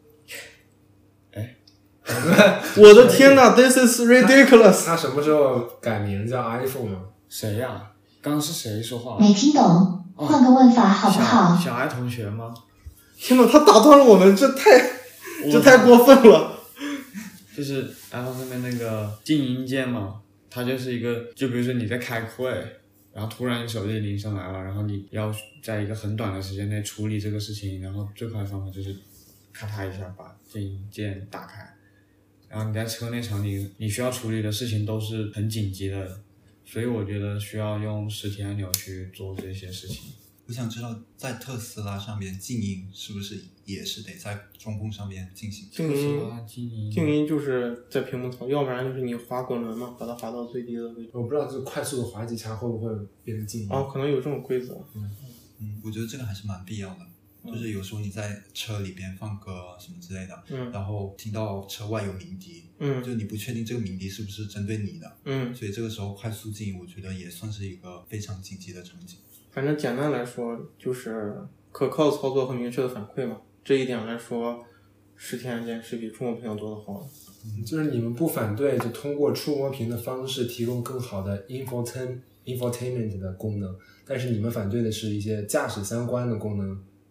我的天哪 ，This is ridiculous！ 他什么时候改名叫 iPhone 了？ 谁呀？刚刚是谁说话？ 没听懂，换个问法好不好？ 小爱同学吗？ 天哪，他打断了我们，这太过分了。 就是 iPhone 上面那个静音键嘛，它就是一个，就比如说你在开会，然后突然你手机铃声来了，然后你要在一个很短的时间内处理这个事情，然后最快的方法就是咔嚓一下把静音键打开。然后你在车内场景，你需要处理的事情都是很紧急的，所以我觉得需要用实体按钮去做这些事情。 我想知道，在特斯拉上面静音是不是也是得在中控上面进行？ 静音就是在屏幕头，要不然就是你滑滚轮嘛，把它滑到最低的位置。 我不知道就快速的滑几下会不会变成静音。 可能有这种规则。 我觉得这个还是蛮必要的。就是有时候你在车里边放歌什么之类的，然后听到车外有鸣笛，就你不确定这个鸣笛是不是针对你的，所以这个时候快速静音，我觉得也算是一个非常紧急的场景。 反正简单来说，就是可靠操作和明确的反馈嘛。这一点来说，实体按键是比触摸屏要做得好的。 就是你们不反对就通过触摸屏的方式提供更好的 infotainment 的功能，但是你们反对的是一些驾驶相关的功能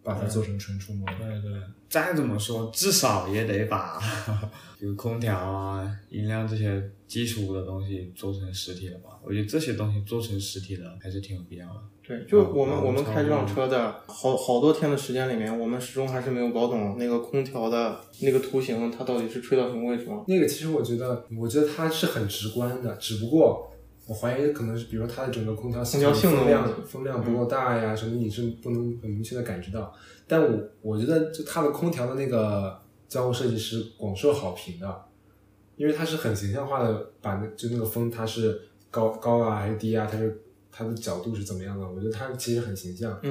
把它做成纯触摸。 对对，再怎么说至少也得把比如空调啊、音量这些基础的东西做成实体的吧。我觉得这些东西做成实体的还是挺有必要的。 对，就我们开这辆车的好多天的时间里面，我们始终还是没有搞懂那个空调的那个图形，它到底是吹到什么位置吗？ 那个其实我觉得它是很直观的，只不过我怀疑可能是，比如它的整个空调系统风量不够大呀，什么你是不能很明确的感知到。但我觉得就它的空调的那个交互设计是广受好评的，因为它是很形象化的，把那个风它是高啊还是低啊，它的角度是怎么样的，我觉得它其实很形象。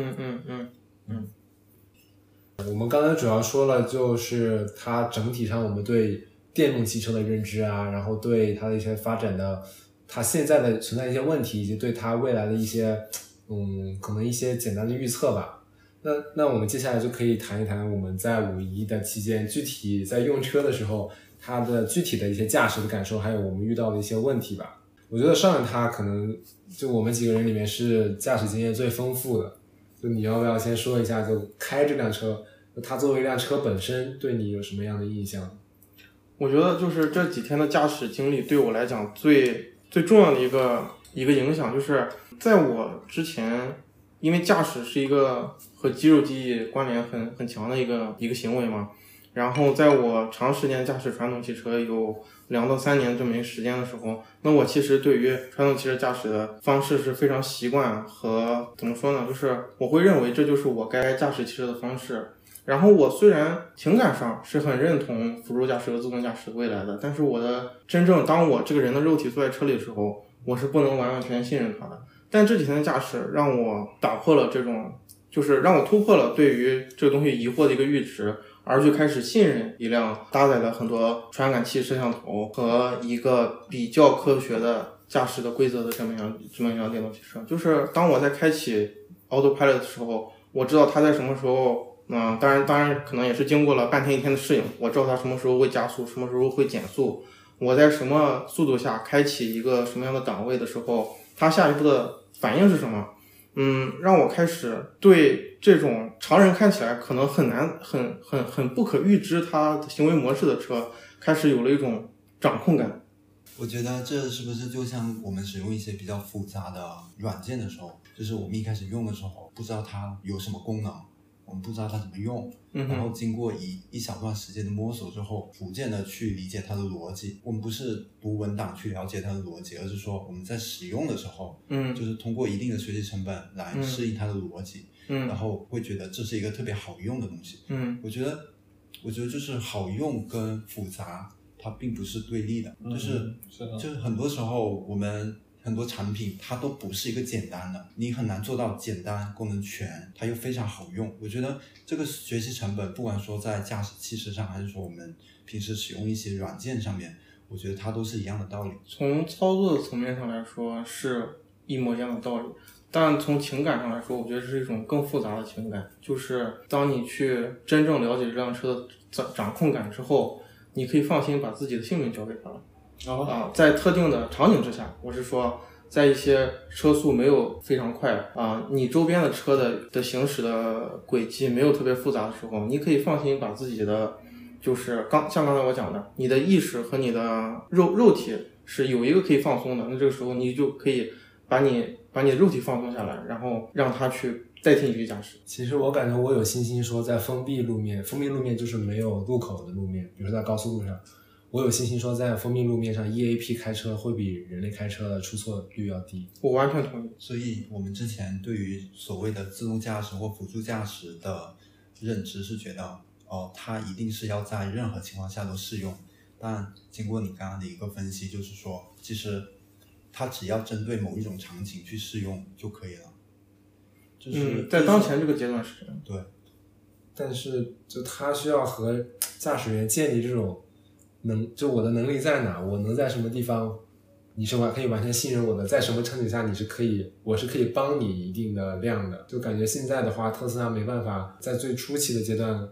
我们刚才主要说了，就是它整体上我们对电动汽车的认知啊，然后对它的一些发展的，它现在的存在一些问题，以及对它未来的一些可能一些简单的预测吧。那我们接下来就可以谈一谈我们在5·1的期间，具体在用车的时候，它的具体的一些驾驶的感受，还有我们遇到的一些问题吧。我觉得上他可能就我们几个人里面是驾驶经验最丰富的，就你要不要先说一下，就开这辆车，它作为一辆车本身对你有什么样的印象？ 我觉得就是这几天的驾驶经历对我来讲最重要的一个影响，就是在我之前，因为驾驶是一个和肌肉记忆关联很强的一个行为嘛，然后在我长时间驾驶传统汽车有2到3年这么一个时间的时候，那我其实对于传统汽车驾驶的方式是非常习惯和怎么说呢，就是我会认为这就是我该驾驶汽车的方式。然后我虽然情感上是很认同辅助驾驶和自动驾驶未来的，但是我的真正当我这个人的肉体坐在车里的时候，我是不能完完全全信任它的。但这几天的驾驶让我打破了这种，就是让我突破了对于这个东西疑惑的一个阈值，而去开始信任一辆搭载了很多传感器、摄像头和一个比较科学的驾驶的规则的这么一辆电动汽车。就是当我在开启 Autopilot 的时候，我知道它在什么时候当然可能也是经过了半天一天的适应，我知道它什么时候会加速，什么时候会减速，我在什么速度下开启一个什么样的档位的时候，它下一步的反应是什么。让我开始对这种常人看起来可能很难很不可预知它的行为模式的车开始有了一种掌控感。 我觉得这是不是就像我们使用一些比较复杂的软件的时候，就是我们一开始用的时候不知道它有什么功能，我们不知道它怎么用，然后经过一小段时间的摸索之后，逐渐的去理解它的逻辑。我们不是读文档去了解它的逻辑，而是说我们在使用的时候，就是通过一定的学习成本来适应它的逻辑，然后会觉得这是一个特别好用的东西。我觉得就是好用跟复杂它并不是对立的，就是很多时候我们很多产品它都不是一个简单的，你很难做到简单功能全，它又非常好用。我觉得这个学习成本不管说在驾驶汽车上，还是说我们平时使用一些软件上面，我觉得它都是一样的道理。 从操作的层面上来说是一模一样的道理，但从情感上来说，我觉得这是一种更复杂的情感，就是当你去真正了解这辆车的掌控感之后，你可以放心把自己的性命交给它了。在特定的场景之下，我是说在一些车速没有非常快你周边的车的行驶的轨迹没有特别复杂的时候，你可以放心把自己的就是像刚才我讲的，你的意识和你的肉体是有一个可以放松的，那这个时候你就可以把你的肉体放松下来，然后让它去代替你去驾驶。 其实我感觉我有信心说，在封闭路面就是没有路口的路面，比如说在高速路上，我有信心说在封闭路面上 EAP 开车会比人类开车的出错率要低。 我完全同意。 所以我们之前对于所谓的自动驾驶或辅助驾驶的认知是觉得它一定是要在任何情况下都适用，但经过你刚刚的一个分析，就是说其实它只要针对某一种场景去适用就可以了。 在当前这个阶段是这样。 对， 但是就它需要和驾驶员建立这种就我的能力在哪，我能在什么地方，你是可以完全信任我的，在什么场景下我是可以帮你一定的量的。就感觉现在的话，特斯拉没办法在最初期的阶段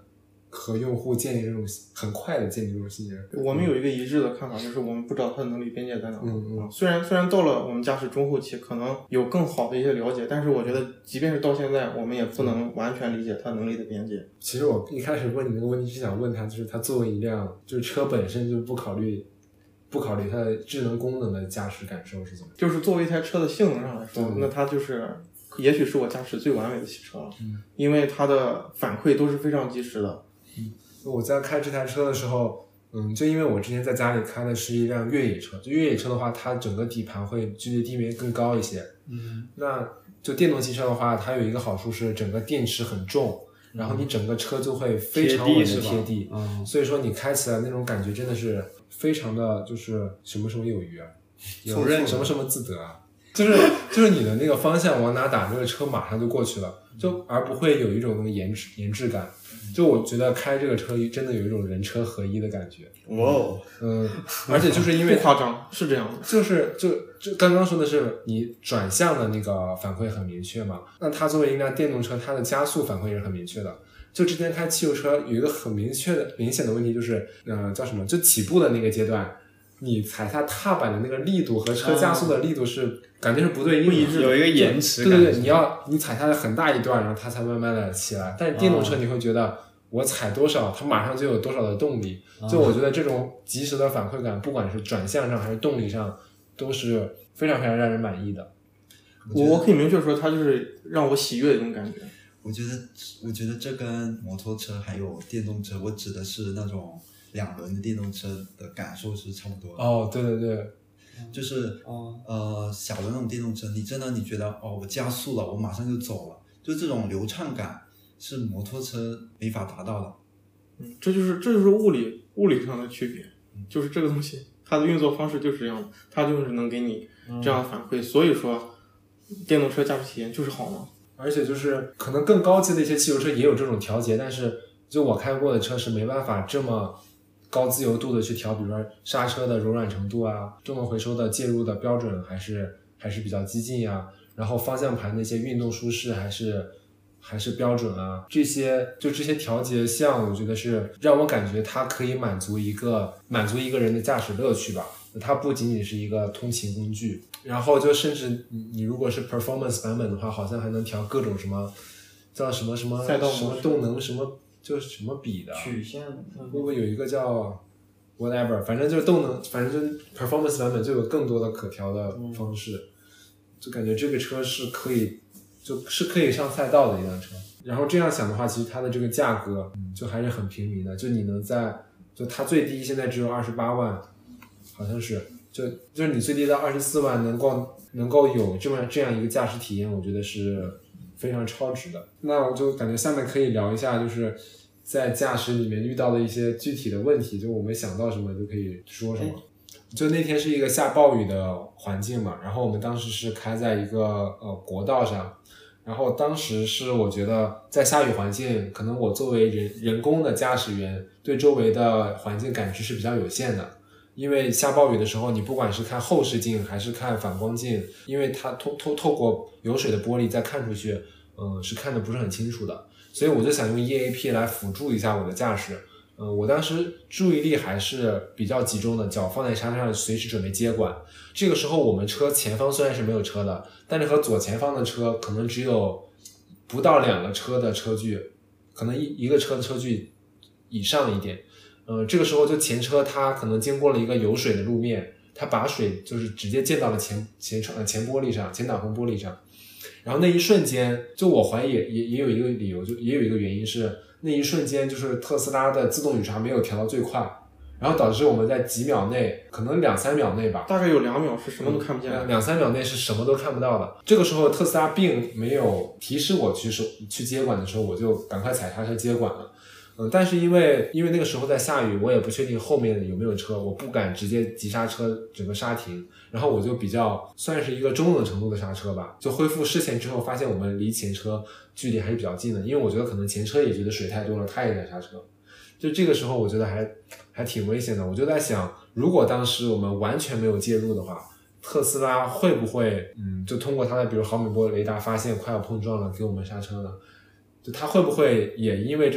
和用户建立这种很快的建立这种信任。 我们有一个一致的看法，就是我们不知道它的能力边界在哪。虽然到了我们驾驶中后期，可能有更好的一些了解，但是我觉得即便是到现在，我们也不能完全理解它能力的边界。 其实我一开始问你那个问题是想问他，就是它作为一辆就是车本身就不考虑它的智能功能的驾驶感受是怎么？ 就是作为一台车的性能上来说，那它就是也许是我驾驶最完美的汽车了，因为它的反馈都是非常及时的。 我在开这台车的时候，就因为我之前在家里开的是一辆越野车，就越野车的话，它整个底盘会距离地面更高一些。那就电动汽车的话，它有一个好处是整个电池很重，然后你整个车就会非常稳的贴地，所以说你开起来那种感觉真的是非常的就是什么什么有余啊，有什么什么自得啊，就是你的那个方向往哪打，这个车马上就过去了，就而不会有一种那个延滞感。就我觉得开这个车真的有一种人车合一的感觉。而且就是因为不夸张，是这样的， 就刚刚说的是你转向的那个反馈很明确嘛，那它作为一辆电动车，它的加速反馈也是很明确的。就之前开汽油车有一个很明显的问题，就是叫什么？就起步的那个阶段，你踩它踏板的那个力度和车加速的力度是感觉是不对应的， 不一致，有一个延迟感。 对，你踩它很大一段，然后它才慢慢的起来。但是电动车你会觉得我踩多少，它马上就有多少的动力。就我觉得这种及时的反馈感，不管是转向上还是动力上，都是非常非常让人满意的。 我可以明确说，它就是让我喜悦的一种感觉。 我觉得这跟摩托车还有电动车，我指的是那种2轮的电动车的感受是差不多的。 对， 就是小的那种电动车，你觉得我加速了，我马上就走了，就这种流畅感是摩托车没法达到的。 这就是物理上的区别，就是这个东西它的运作方式就是这样的，它就是能给你这样的反馈，所以说电动车驾驶体验就是好嘛。 而且就是可能更高级的一些汽油车也有这种调节，但是就我开过的车是没办法这么高自由度的去调，比如说刹车的柔软程度啊，重能回收的介入的标准还是比较激进啊，然后方向盘的一些运动舒适还是标准啊，这些调节项，我觉得是让我感觉它可以满足一个人的驾驶乐趣吧。它不仅仅是一个通勤工具，然后就甚至你如果是 performance 版本的话，好像还能调各种什么叫什么赛道什么动能什么就是什么比的曲线， 会不会有一个叫 whatever， 反正就是动能，反正就是 performance 版本就有更多的可调的方式，就感觉这个车是可以上赛道的一辆车。然后这样想的话，其实它的这个价格就还是很平民的，就你能就它最低现在只有28万，好像是就是你最低到24万能够有这样一个驾驶体验，我觉得是非常超值的。那我就感觉下面可以聊一下，就是在驾驶里面遇到的一些具体的问题，就我们想到什么就可以说什么。就那天是一个下暴雨的环境嘛，然后我们当时是开在一个国道上，然后当时是我觉得在下雨环境，可能我作为人工的驾驶员对周围的环境感知是比较有限的。因为下暴雨的时候，你不管是看后视镜还是看反光镜，因为它透过有水的玻璃再看出去，是看的不是很清楚的，所以我就想用 EAP 来辅助一下我的驾驶。我当时注意力还是比较集中的，脚放在刹车上，随时准备接管。这个时候我们车前方虽然是没有车的，但是和左前方的车可能只有不到2个车的车距，可能一个车的车距以上一点。这个时候就前车它可能经过了一个有水的路面，它把水就是直接溅到了前玻璃上，前挡风玻璃上。然后那一瞬间，就我怀疑也有一个理由，就也有一个原因是那一瞬间就是特斯拉的自动雨刷没有调到最快，然后导致我们在几秒内，可能2-3秒内吧， 大概有2秒是什么都看不见的 ，2-3秒内是什么都看不到的。这个时候特斯拉并没有提示我去接管的时候，我就赶快踩刹车接管了。但是因为那个时候在下雨，我也不确定后面有没有车，我不敢直接急刹车整个刹停，然后我就比较算是一个中等程度的刹车吧，就恢复视线之后发现我们离前车距离还是比较近的，因为我觉得可能前车也觉得水太多了，他也在刹车。就这个时候我觉得还挺危险的，我就在想，如果当时我们完全没有介入的话，特斯拉会不会就通过它的比如毫米波雷达发现快要碰撞了给我们刹车呢？就它会不会也因为这种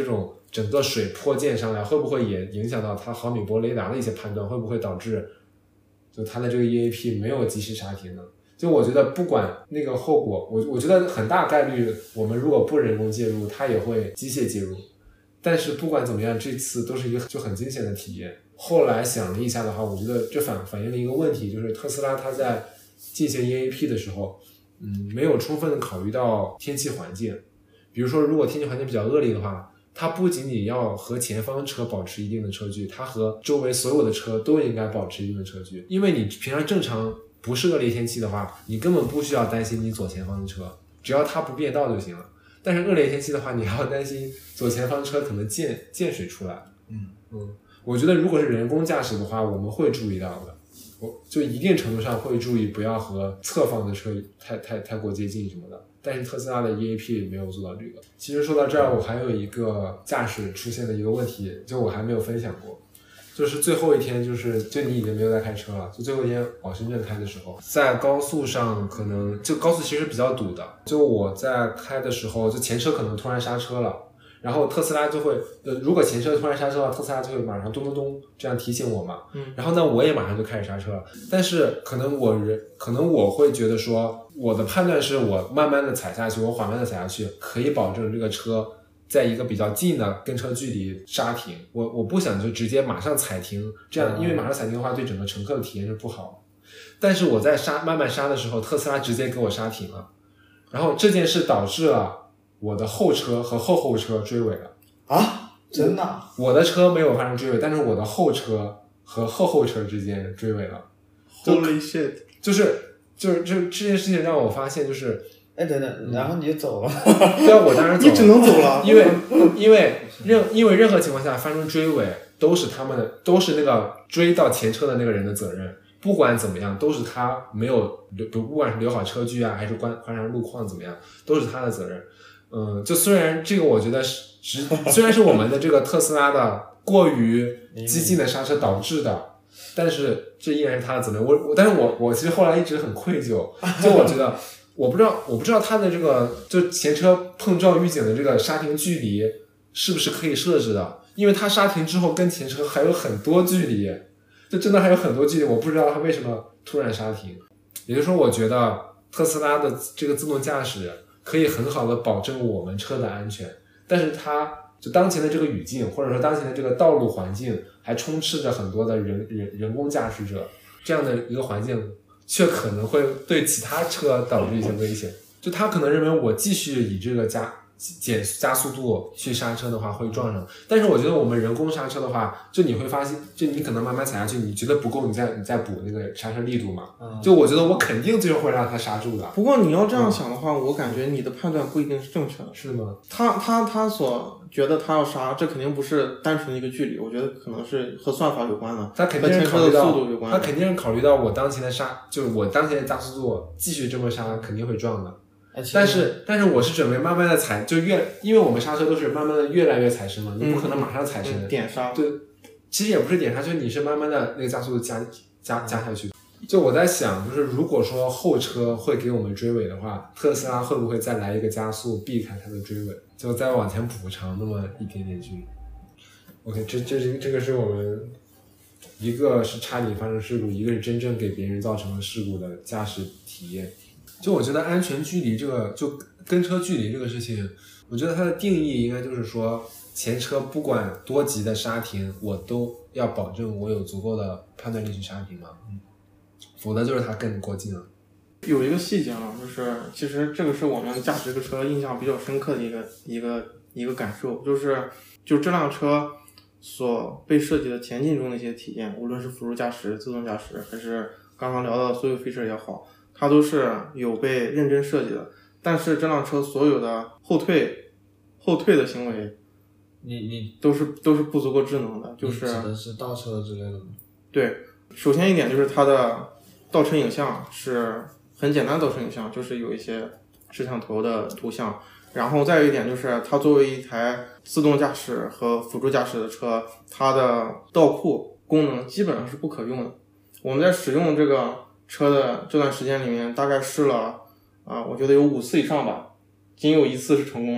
整个水坡溅上来，会不会也影响到它毫米波雷达的一些判断，会不会导致就它的这个 EAP 没有及时刹停呢？就我觉得不管那个后果，我觉得很大概率我们如果不人工介入，它也会机械介入。但是不管怎么样，这次都是一个就很惊险的体验。后来想了一下的话，我觉得这反映了一个问题，就是特斯拉它在进行 EAP 的时候，没有充分的考虑到天气环境。比如说，如果天气环境比较恶劣的话，它不仅仅要和前方车保持一定的车距，它和周围所有的车都应该保持一定的车距。因为你平常正常不是恶劣天气的话，你根本不需要担心你左前方的车，只要它不变道就行了。但是恶劣天气的话，你还要担心左前方车可能溅水出来。我觉得如果是人工驾驶的话，我们会注意到的，我就一定程度上会注意不要和侧方的车太过接近什么的。但是特斯拉的 EAP 没有做到这个。其实说到这儿，我还有一个驾驶出现的一个问题，就我还没有分享过。就是最后一天，就你已经没有在开车了，就最后一天往深圳开的时候，在高速上可能就高速其实比较堵的，就我在开的时候，就前车可能突然刹车了，然后特斯拉就会如果前车突然刹车了，特斯拉就会马上咚咚咚这样提醒我嘛，然后呢我也马上就开始刹车了，但是可能我会觉得说，我的判断是我慢慢的踩下去，我缓慢的踩下去，可以保证这个车在一个比较近的跟车距离刹停，我不想就直接马上踩停，这样因为马上踩停的话对整个乘客的体验是不好。但是我在慢慢刹的时候，特斯拉直接给我刹停了，然后这件事导致了我的后车和后车追尾了。 啊，真的？ 我的车没有发生追尾，但是我的后车和后车之间追尾了。 Holy shit！ 就是这件事情让我发现，就是等等，然后你就走了。 对啊，我当然走了， 你只能走了， 因为任何情况下发生追尾都是那个追到前车的那个人的责任，不管怎么样都是他没有不管是留好车距啊，还是观察路况怎么样，都是他的责任。就虽然这个我觉得虽然是我们的这个特斯拉的过于激进的刹车导致的，但是这依然是他的责任。但是我其实后来一直很愧疚，就我觉得我不知道他的这个就前车碰撞预警的这个刹停距离是不是可以设置的，因为他刹停之后跟前车还有很多距离，就真的还有很多距离，我不知道他为什么突然刹停。也就是说，我觉得特斯拉的这个自动驾驶可以很好的保证我们车的安全，但是它就当前的这个语境，或者说当前的这个道路环境还充斥着很多的人工驾驶者，这样的一个环境却可能会对其他车导致一些危险。就他可能认为我继续以这个加速度去刹车的话会撞上，但是我觉得我们人工刹车的话，就你会发现，就你可能慢慢踩下去，你觉得不够，你再补那个刹车力度嘛。就我觉得我肯定最后会让它刹住的。 不过你要这样想的话，我感觉你的判断不一定是正确的。 是吗？ 他所觉得他要刹，这肯定不是单纯的一个距离，我觉得可能是和算法有关的， 他肯定是考虑和前车的到速度有关的。 他肯定是考虑到我当前的就是我当前的加速度继续这么刹肯定会撞的。但是我是准备慢慢的踩，因为我们刹车都是慢慢的越来越踩深嘛，你不可能马上踩深， 点刹。 对，其实也不是点刹，就是你是慢慢的那个加速度加下去。就我在想，就是如果说后车会给我们追尾的话，特斯拉会不会再来一个加速避开它的追尾，就再往前补偿那么一点点距离。OK， 这个是我们一个是差点发生事故，一个是真正给别人造成了事故的驾驶体验。就我觉得安全距离这个，就跟车距离这个事情，我觉得它的定义应该就是说，前车不管多急的刹停，我都要保证我有足够的判断力去刹停嘛，否则就是它更过近了。 有一个细节啊，就是其实这个是我们驾驶这个车印象比较深刻的一个感受，就这辆车所被设计的前进中的一些体验，无论是辅助驾驶、自动驾驶，还是刚刚聊到的所有 feature 也好，它都是有被认真设计的。但是这辆车所有的后退的行为， 你都是不足够智能的，就是指的是倒车之类的吗？ 对，首先一点就是它的倒车影像是很简单的倒车影像，就是有一些摄像头的图像。然后再有一点就是它作为一台自动驾驶和辅助驾驶的车，它的倒库功能基本上是不可用的。我们在使用这个车的这段时间里面，大概试了我觉得有5次以上吧，仅有1次是成功的。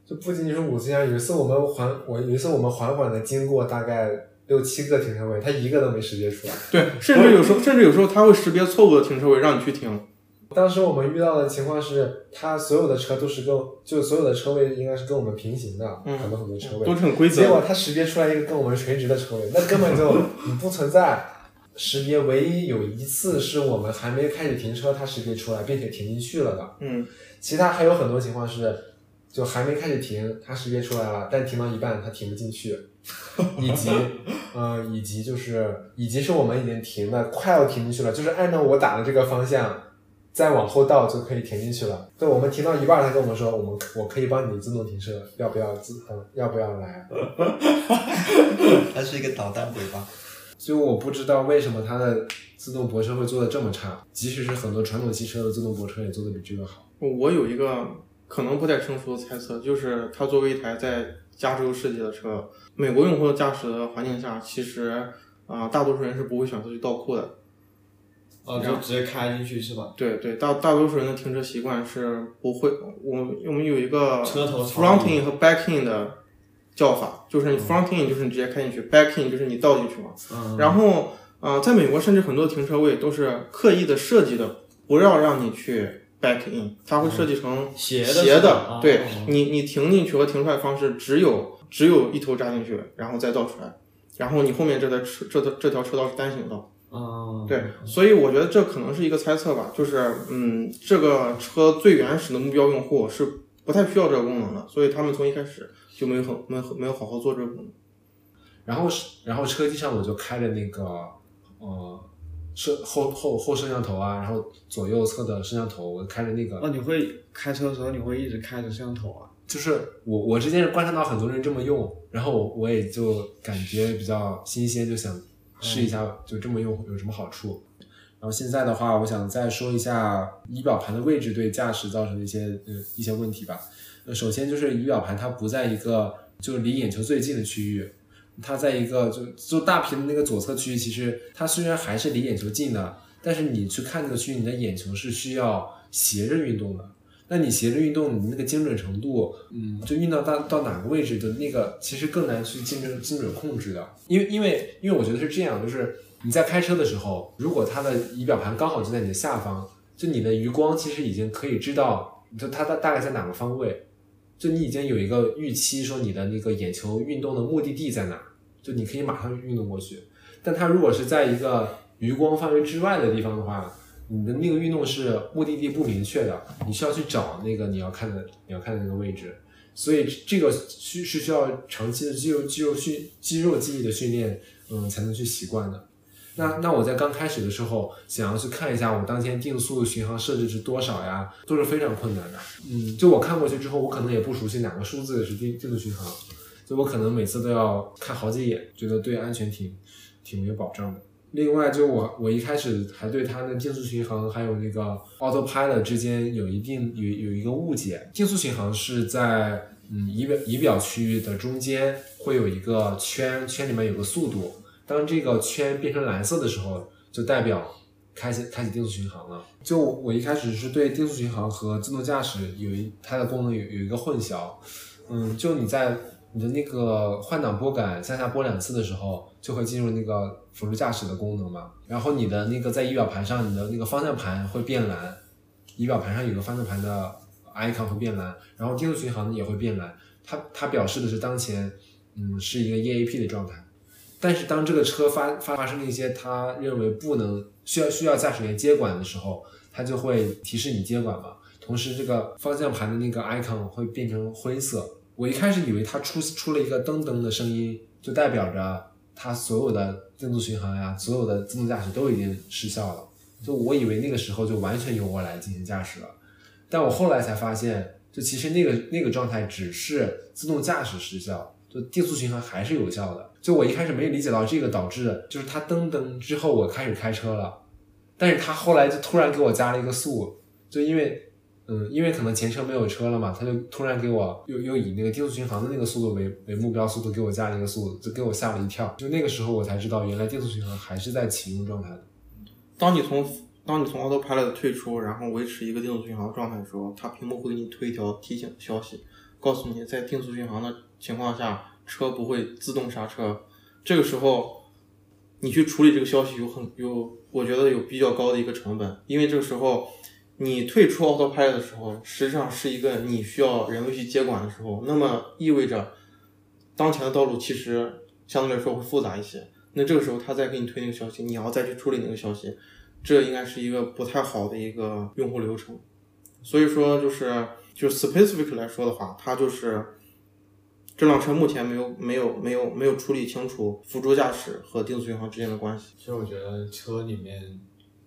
就不仅仅是5次有一次我们缓缓的经过大概6、7个停车位，他一个都没识别出来。 对，甚至有时候他会识别错误的停车位让你去停。 当时我们遇到的情况是，他所有的车都是所有的车位应该是跟我们平行的，很多车位都是很规则。 结果他识别出来一个跟我们垂直的车位，那根本就不存在识别。唯一有一次是我们还没开始停车，他识别出来并且停进去了的。其他还有很多情况是，就还没开始停，他识别出来了，但停到一半他停不进去，以及是我们已经停的快要停进去了，就是按照我打的这个方向再往后倒就可以停进去了。对，我们停到一半，他跟我们说，我可以帮你自动停车，要不要来？ 他是一个捣蛋鬼吧？ 就我不知道为什么他的自动泊车会做的这么差，即使是很多传统汽车的自动泊车也做的比这个好。 我有一个可能不太成熟的猜测，就是它作为一台在加州设计的车，美国用户的驾驶的环境下，其实大多数人是不会选择去倒库的。 就直接开进去是吧？ 对，大多数人的停车习惯是不会。我们有一个车头 front in 和 back in 的叫法，就是你 front in 就是你直接开进去，back in 就是你倒进去嘛。然后在美国甚至很多停车位都是刻意的设计的，不要让你去 back in， 它会设计成斜的。对，你停进去和停出来方式只有一头扎进去，然后再倒出来，然后你后面这条车道是单行道。对，所以我觉得这可能是一个猜测吧，就是这个车最原始的目标用户是不太需要这个功能的，所以他们从一开始就没有好好做这个功能。 然后车机上我就开着那个后摄像头啊，然后左右侧的摄像头，我开着那个。 你会开车的时候你会一直开着摄像头啊？ 就是我之前是观察到很多人这么用，然后我也就感觉比较新鲜，就想试一下，就这么用有什么好处。然后现在的话，我想再说一下仪表盘的位置对驾驶造成的一些问题吧。首先就是仪表盘它不在一个就离眼球最近的区域，它在一个就大屏的那个左侧区域，其实它虽然还是离眼球近的，但是你去看那个区域，你的眼球是需要斜着运动的。那你斜着运动，你那个精准程度，就运到哪个位置的那个，其实更难去精准控制的。因为我觉得是这样，就是你在开车的时候，如果它的仪表盘刚好就在你的下方，就你的余光其实已经可以知道，就它大概在哪个方位，就你已经有一个预期，说你的那个眼球运动的目的地在哪，就你可以马上运动过去。但它如果是在一个余光范围之外的地方的话，你的那个运动是目的地不明确的，你需要去找那个你要看的那个位置，所以这个是需要长期的肌肉记忆的训练，才能去习惯的。那我在刚开始的时候，想要去看一下我当前定速巡航设置是多少呀，都是非常困难的。就我看过去之后，我可能也不熟悉哪个数字是定速巡航，所以我可能每次都要看好几眼，觉得对安全挺没有保障的。另外，就我一开始还对它的定速巡航还有那个 Autopilot 之间有一个误解。定速巡航是在仪表区域的中间会有一个圈里面有个速度，当这个圈变成蓝色的时候，就代表开启定速巡航了。就我一开始是对定速巡航和自动驾驶它的功能有一个混淆。就你在你的那个换挡拨杆向下拨2次的时候，就会进入那个辅助驾驶的功能嘛。然后你的那个在仪表盘上，你的那个方向盘会变蓝，仪表盘上有个方向盘的 icon 会变蓝，然后定速巡航也会变蓝。它表示的是当前是一个 EAP 的状态。但是当这个车发生了一些他认为不能需要驾驶员接管的时候，它就会提示你接管嘛。同时这个方向盘的那个 icon 会变成灰色。我一开始以为它出了一个噔噔的声音，就代表着它所有的定速巡航呀，所有的自动驾驶都已经失效了。就我以为那个时候就完全由我来进行驾驶了，但我后来才发现，就其实那个状态只是自动驾驶失效，就定速巡航还是有效的。就我一开始没理解到这个，导致就是它噔噔之后我开始开车了，但是它后来就突然给我加了一个速，就因为可能前车没有车了嘛，他就突然给我又以那个定速巡航的那个速度为目标速度给我加了一个速度，就给我吓了一跳。就那个时候我才知道，原来定速巡航还是在启用状态的。 当你从 Autopilot 退出，然后维持一个定速巡航的状态的时候，它屏幕会给你推一条提醒消息， 告诉你在定速巡航的情况下车不会自动刹车，这个时候你去处理这个消息我觉得有比较高的一个成本，因为这个时候你退出 Autopilot 的时候，实际上是一个你需要人为去接管的时候，那么意味着当前的道路其实相对来说会复杂一些，那这个时候他再给你推那个消息，你要再去处理那个消息，这应该是一个不太好的一个用户流程。所以说就 specific 来说的话，它就是这辆车目前没有处理清楚辅助驾驶和定速巡航之间的关系。 其实我觉得车里面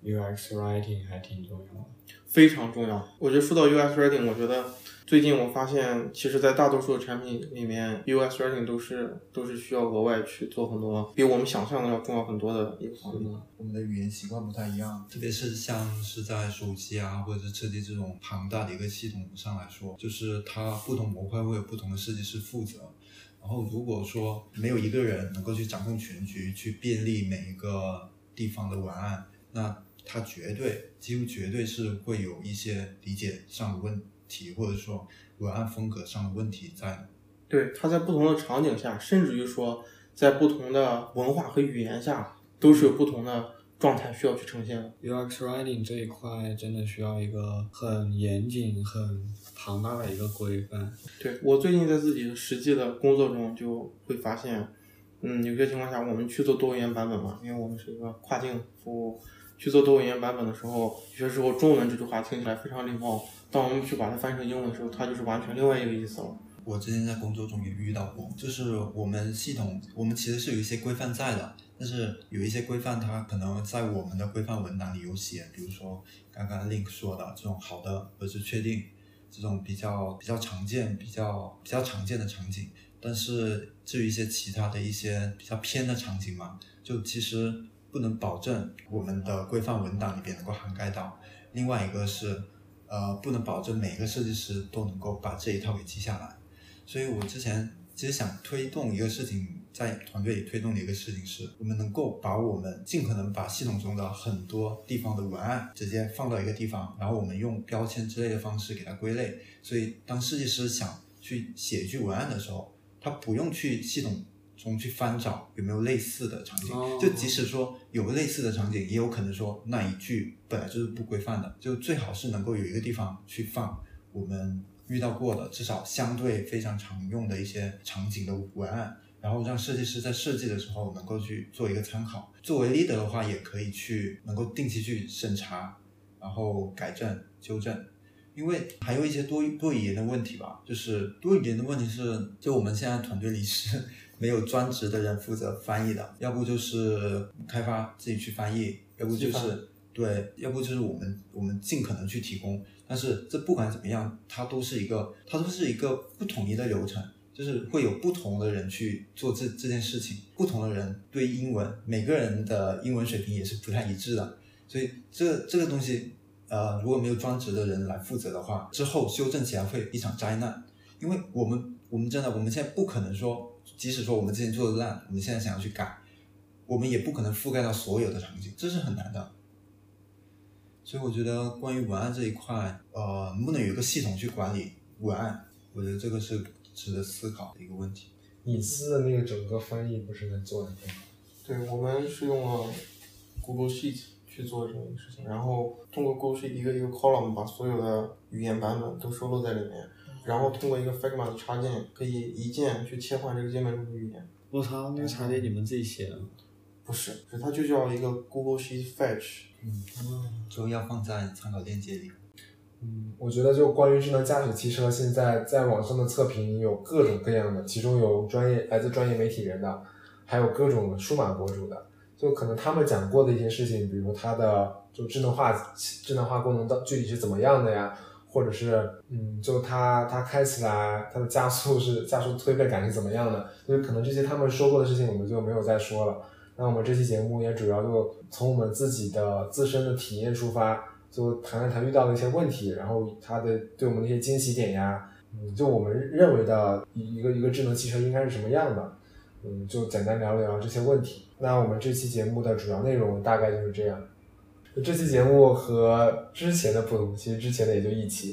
UX writing 还挺重要的， 非常重要。我觉得说到 UX writing， 我觉得最近我发现，其实在大多数的产品里面 UX writing 都是需要额外去做很多比我们想象的要重要很多的一个方面。 我们的语言习惯不太一样，特别是像是在手机啊或者是车机这种庞大的一个系统上来说，就是它不同模块会有不同的设计师负责，然后如果说没有一个人能够去掌控全局，去便利每一个地方的文案，那它几乎绝对是会有一些理解上的问题，或者说文案风格上的问题在的。 对，它在不同的场景下，甚至于说在不同的文化和语言下，都是有不同的状态需要去呈现的。 UX writing 这一块真的需要一个很严谨、很庞大的一个规范。 对，我最近在自己实际的工作中就会发现，有些情况下我们去做多语言版本嘛，因为我们是一个跨境服务，去做多语言版本的时候，有些时候中文这句话听起来非常礼貌，当我们去把它翻成英文的时候，它就是完全另外一个意思了。 我之前在工作中也遇到过，就是我们系统我们其实是有一些规范在的，但是有一些规范它可能在我们的规范文档里有写，比如说刚刚 Link 说的这种好的或者是确定这种比较常见比较常见的场景，但是至于一些其他的一些比较偏的场景嘛，就其实不能保证我们的规范文档里边能够涵盖到。另外一个是不能保证每个设计师都能够把这一套给记下来。所以我之前其实想推动一个事情，在团队里推动的一个事情是，我们能够把我们尽可能把系统中的很多地方的文案直接放到一个地方，然后我们用标签之类的方式给它归类。所以当设计师想去写一句文案的时候，他不用去系统中去翻找有没有类似的场景，就即使说有类似的场景，也有可能说那一句本来就是不规范的，就最好是能够有一个地方去放我们遇到过的至少相对非常常用的一些场景的文案，然后让设计师在设计的时候能够去做一个参考。作为 leader 的话，也可以去能够定期去审查，然后改正纠正。因为还有一些多语言的问题吧，就是多语言的问题是，就我们现在团队里是没有专职的人负责翻译的，要不就是开发自己去翻译，要不就是对，要不就是我们尽可能去提供。但是这不管怎么样，它都是一个不统一的流程，就是会有不同的人去做这件事情，不同的人对英文，每个人的英文水平也是不太一致的，所以这个东西如果没有专职的人来负责的话，之后修正起来会一场灾难。因为我们真的我们现在不可能说，即使说我们之前做的烂，我们现在想要去改，我们也不可能覆盖到所有的场景，这是很难的。所以我觉得关于文案这一块，能不能有一个系统去管理文案，我觉得这个是值得思考的一个问题。 你司的那个整个翻译不是能做得挺好？ 对，我们是用了 Google Sheet 去做这个事情，然后通过 Google Sheet 一个 column 把所有的语言版本都收录在里面，然后通过一个 Figma 的插件，可以一键去切换这个界面中的语言。 我操，那个插件你们自己写的吗？ 不是，它就叫一个 Google Sheet Fetch。 之后要放在参考链接里。 我觉得就关于智能驾驶汽车，现在在网上的测评有各种各样的，其中有来自专业媒体人的，还有各种数码博主的，就可能他们讲过的一些事情，比如它的就智能化功能到具体是怎么样的呀，或者是就它开起来它的加速推背感是怎么样的，就是可能这些他们说过的事情我们就没有再说了。那我们这期节目也主要就从我们自己的自身的体验出发，就谈一谈遇到的一些问题，然后它的对我们的一些惊喜点呀，就我们认为的一个智能汽车应该是什么样的，就简单聊聊这些问题。那我们这期节目的主要内容大概就是这样。这期节目和之前的不同，其实之前的也就一期，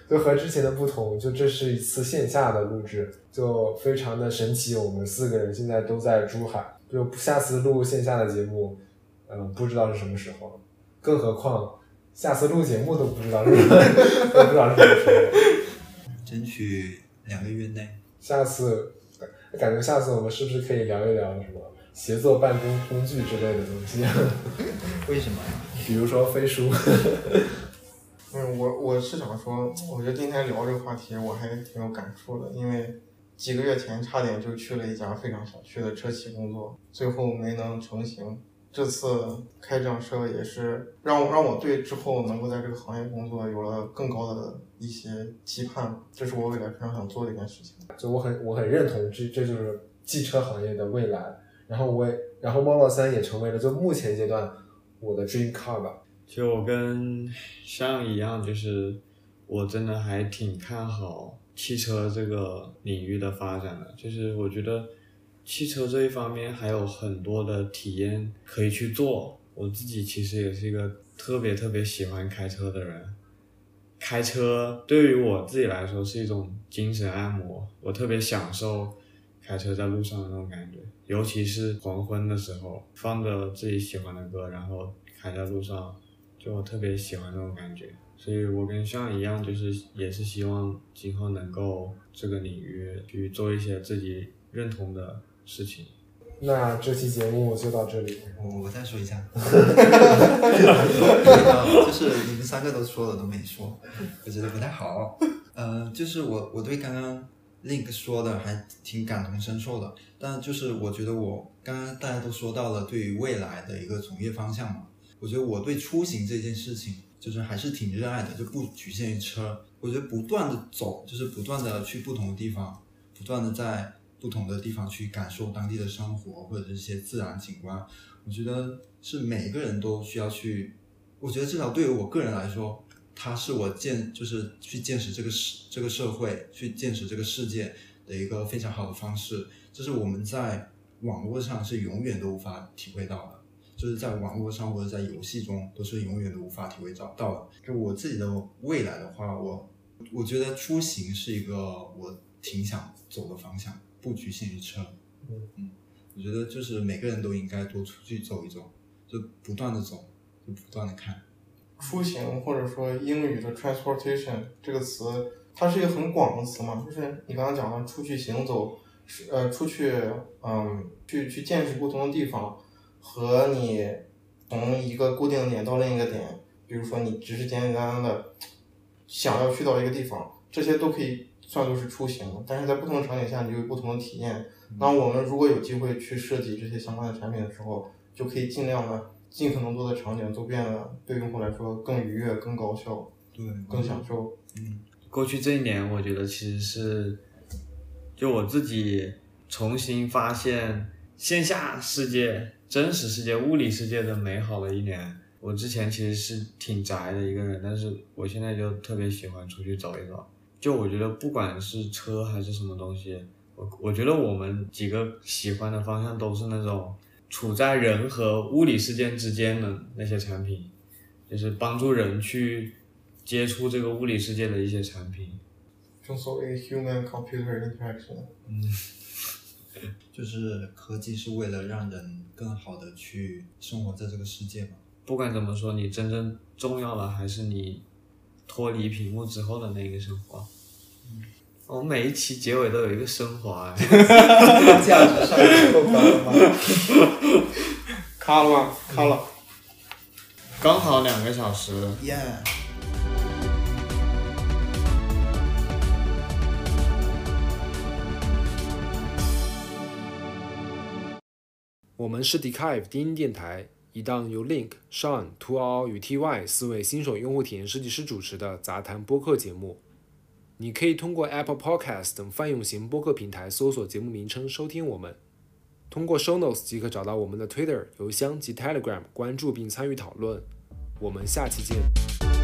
就和之前的不同，就这是一次线下的录制，就非常的神奇。我们4个人现在都在珠海，就下次录线下的节目，不知道是什么时候，更何况下次录节目都不知道是什么时候。 争取2个月内。 下次感觉下次我们是不是可以聊一聊什么协作办公工具之类的东西？ 为什么？ 比如说飞书。 我是想说，我觉得今天聊这个话题我还挺有感触的，因为几个月前差点就去了一家非常想去的车企工作，最后没能成型。这次开这样社也是让我对之后能够在这个行业工作有了更高的一些期盼，这是我未来非常想做的一件事情。 就我很认同这就是汽车行业的未来，然后Model 3也成为了就目前阶段我的 dream car 吧。 就我跟像一样，就是我真的还挺看好汽车这个领域的发展的，就是我觉得汽车这一方面还有很多的体验可以去做。我自己其实也是一个特别喜欢开车的人，开车对于我自己来说是一种精神按摩，我特别享受开车在路上的那种感觉，尤其是黄昏的时候，放着自己喜欢的歌，然后开在路上，就我特别喜欢那种感觉。所以我跟像一样，就是也是希望今后能够这个领域去做一些自己认同的事情。 那这期节目就到这里。 我再说一下，就是你们3个都说了都没说，我觉得不太好。就是我对刚刚 Link 说的还挺感同身受的，但就是我觉得我刚刚大家都说到了对于未来的一个从业方向嘛，我觉得我对出行这件事情就是还是挺热爱的，就不局限于车。我觉得不断的走，就是不断的去不同的地方，不断的在不同的地方去感受当地的生活或者是一些自然景观，我觉得是每个人都需要去，我觉得至少对于我个人来说，它是我就是去见识这个社会，去见识这个世界的一个非常好的方式，这是我们在网络上是永远都无法体会到的，就是在网络上或者在游戏中都是永远都无法体会到的。就我自己的未来的话，我觉得出行是一个我挺想走的方向，不局限于车。我觉得就是每个人都应该多出去走一走，就不断的走，就不断的看。 出行或者说英语的 transportation 这个词，它是一个很广的词嘛，就是你刚刚讲的出去行走，出去去见识不同的地方，和你从一个固定的点到另一个点，比如说你只是简简单单的想要去到一个地方，这些都可以算作是出行，但是在不同的场景下你就有不同的体验。那我们如果有机会去设计这些相关的产品的时候，就可以尽可能多的场景都变得对用户来说更愉悦、更高效， 对， 更享受。 过去这1年，我觉得其实是就我自己重新发现线下世界、真实世界、物理世界的美好的1年。我之前其实是挺宅的一个人，但是我现在就特别喜欢出去走一走。就我觉得不管是车还是什么东西，我觉得我们几个喜欢的方向都是那种处在人和物理世界之间的那些产品，就是帮助人去接触这个物理世界的一些产品。 正所谓 human computer interaction。 就是科技是为了让人更好的去生活在这个世界嘛。 不管怎么说，你真正重要的还是你脱离屏幕之后的那个生活。我每一期结尾都有一个升华， 价值上够高了吗？ 卡了吗？卡了。 刚好2个小时。 我们是 Dekive 低音电台，一档由 Link、Sean、图敖与 TY 4位新手用户体验设计师主持的杂谈播客节目。你可以通过 Apple Podcast 等泛用型播客平台搜索节目名称收听我们。通过 Show Notes 即可找到我们的 Twitter、邮箱及 Telegram 关注并参与讨论。我们下期见。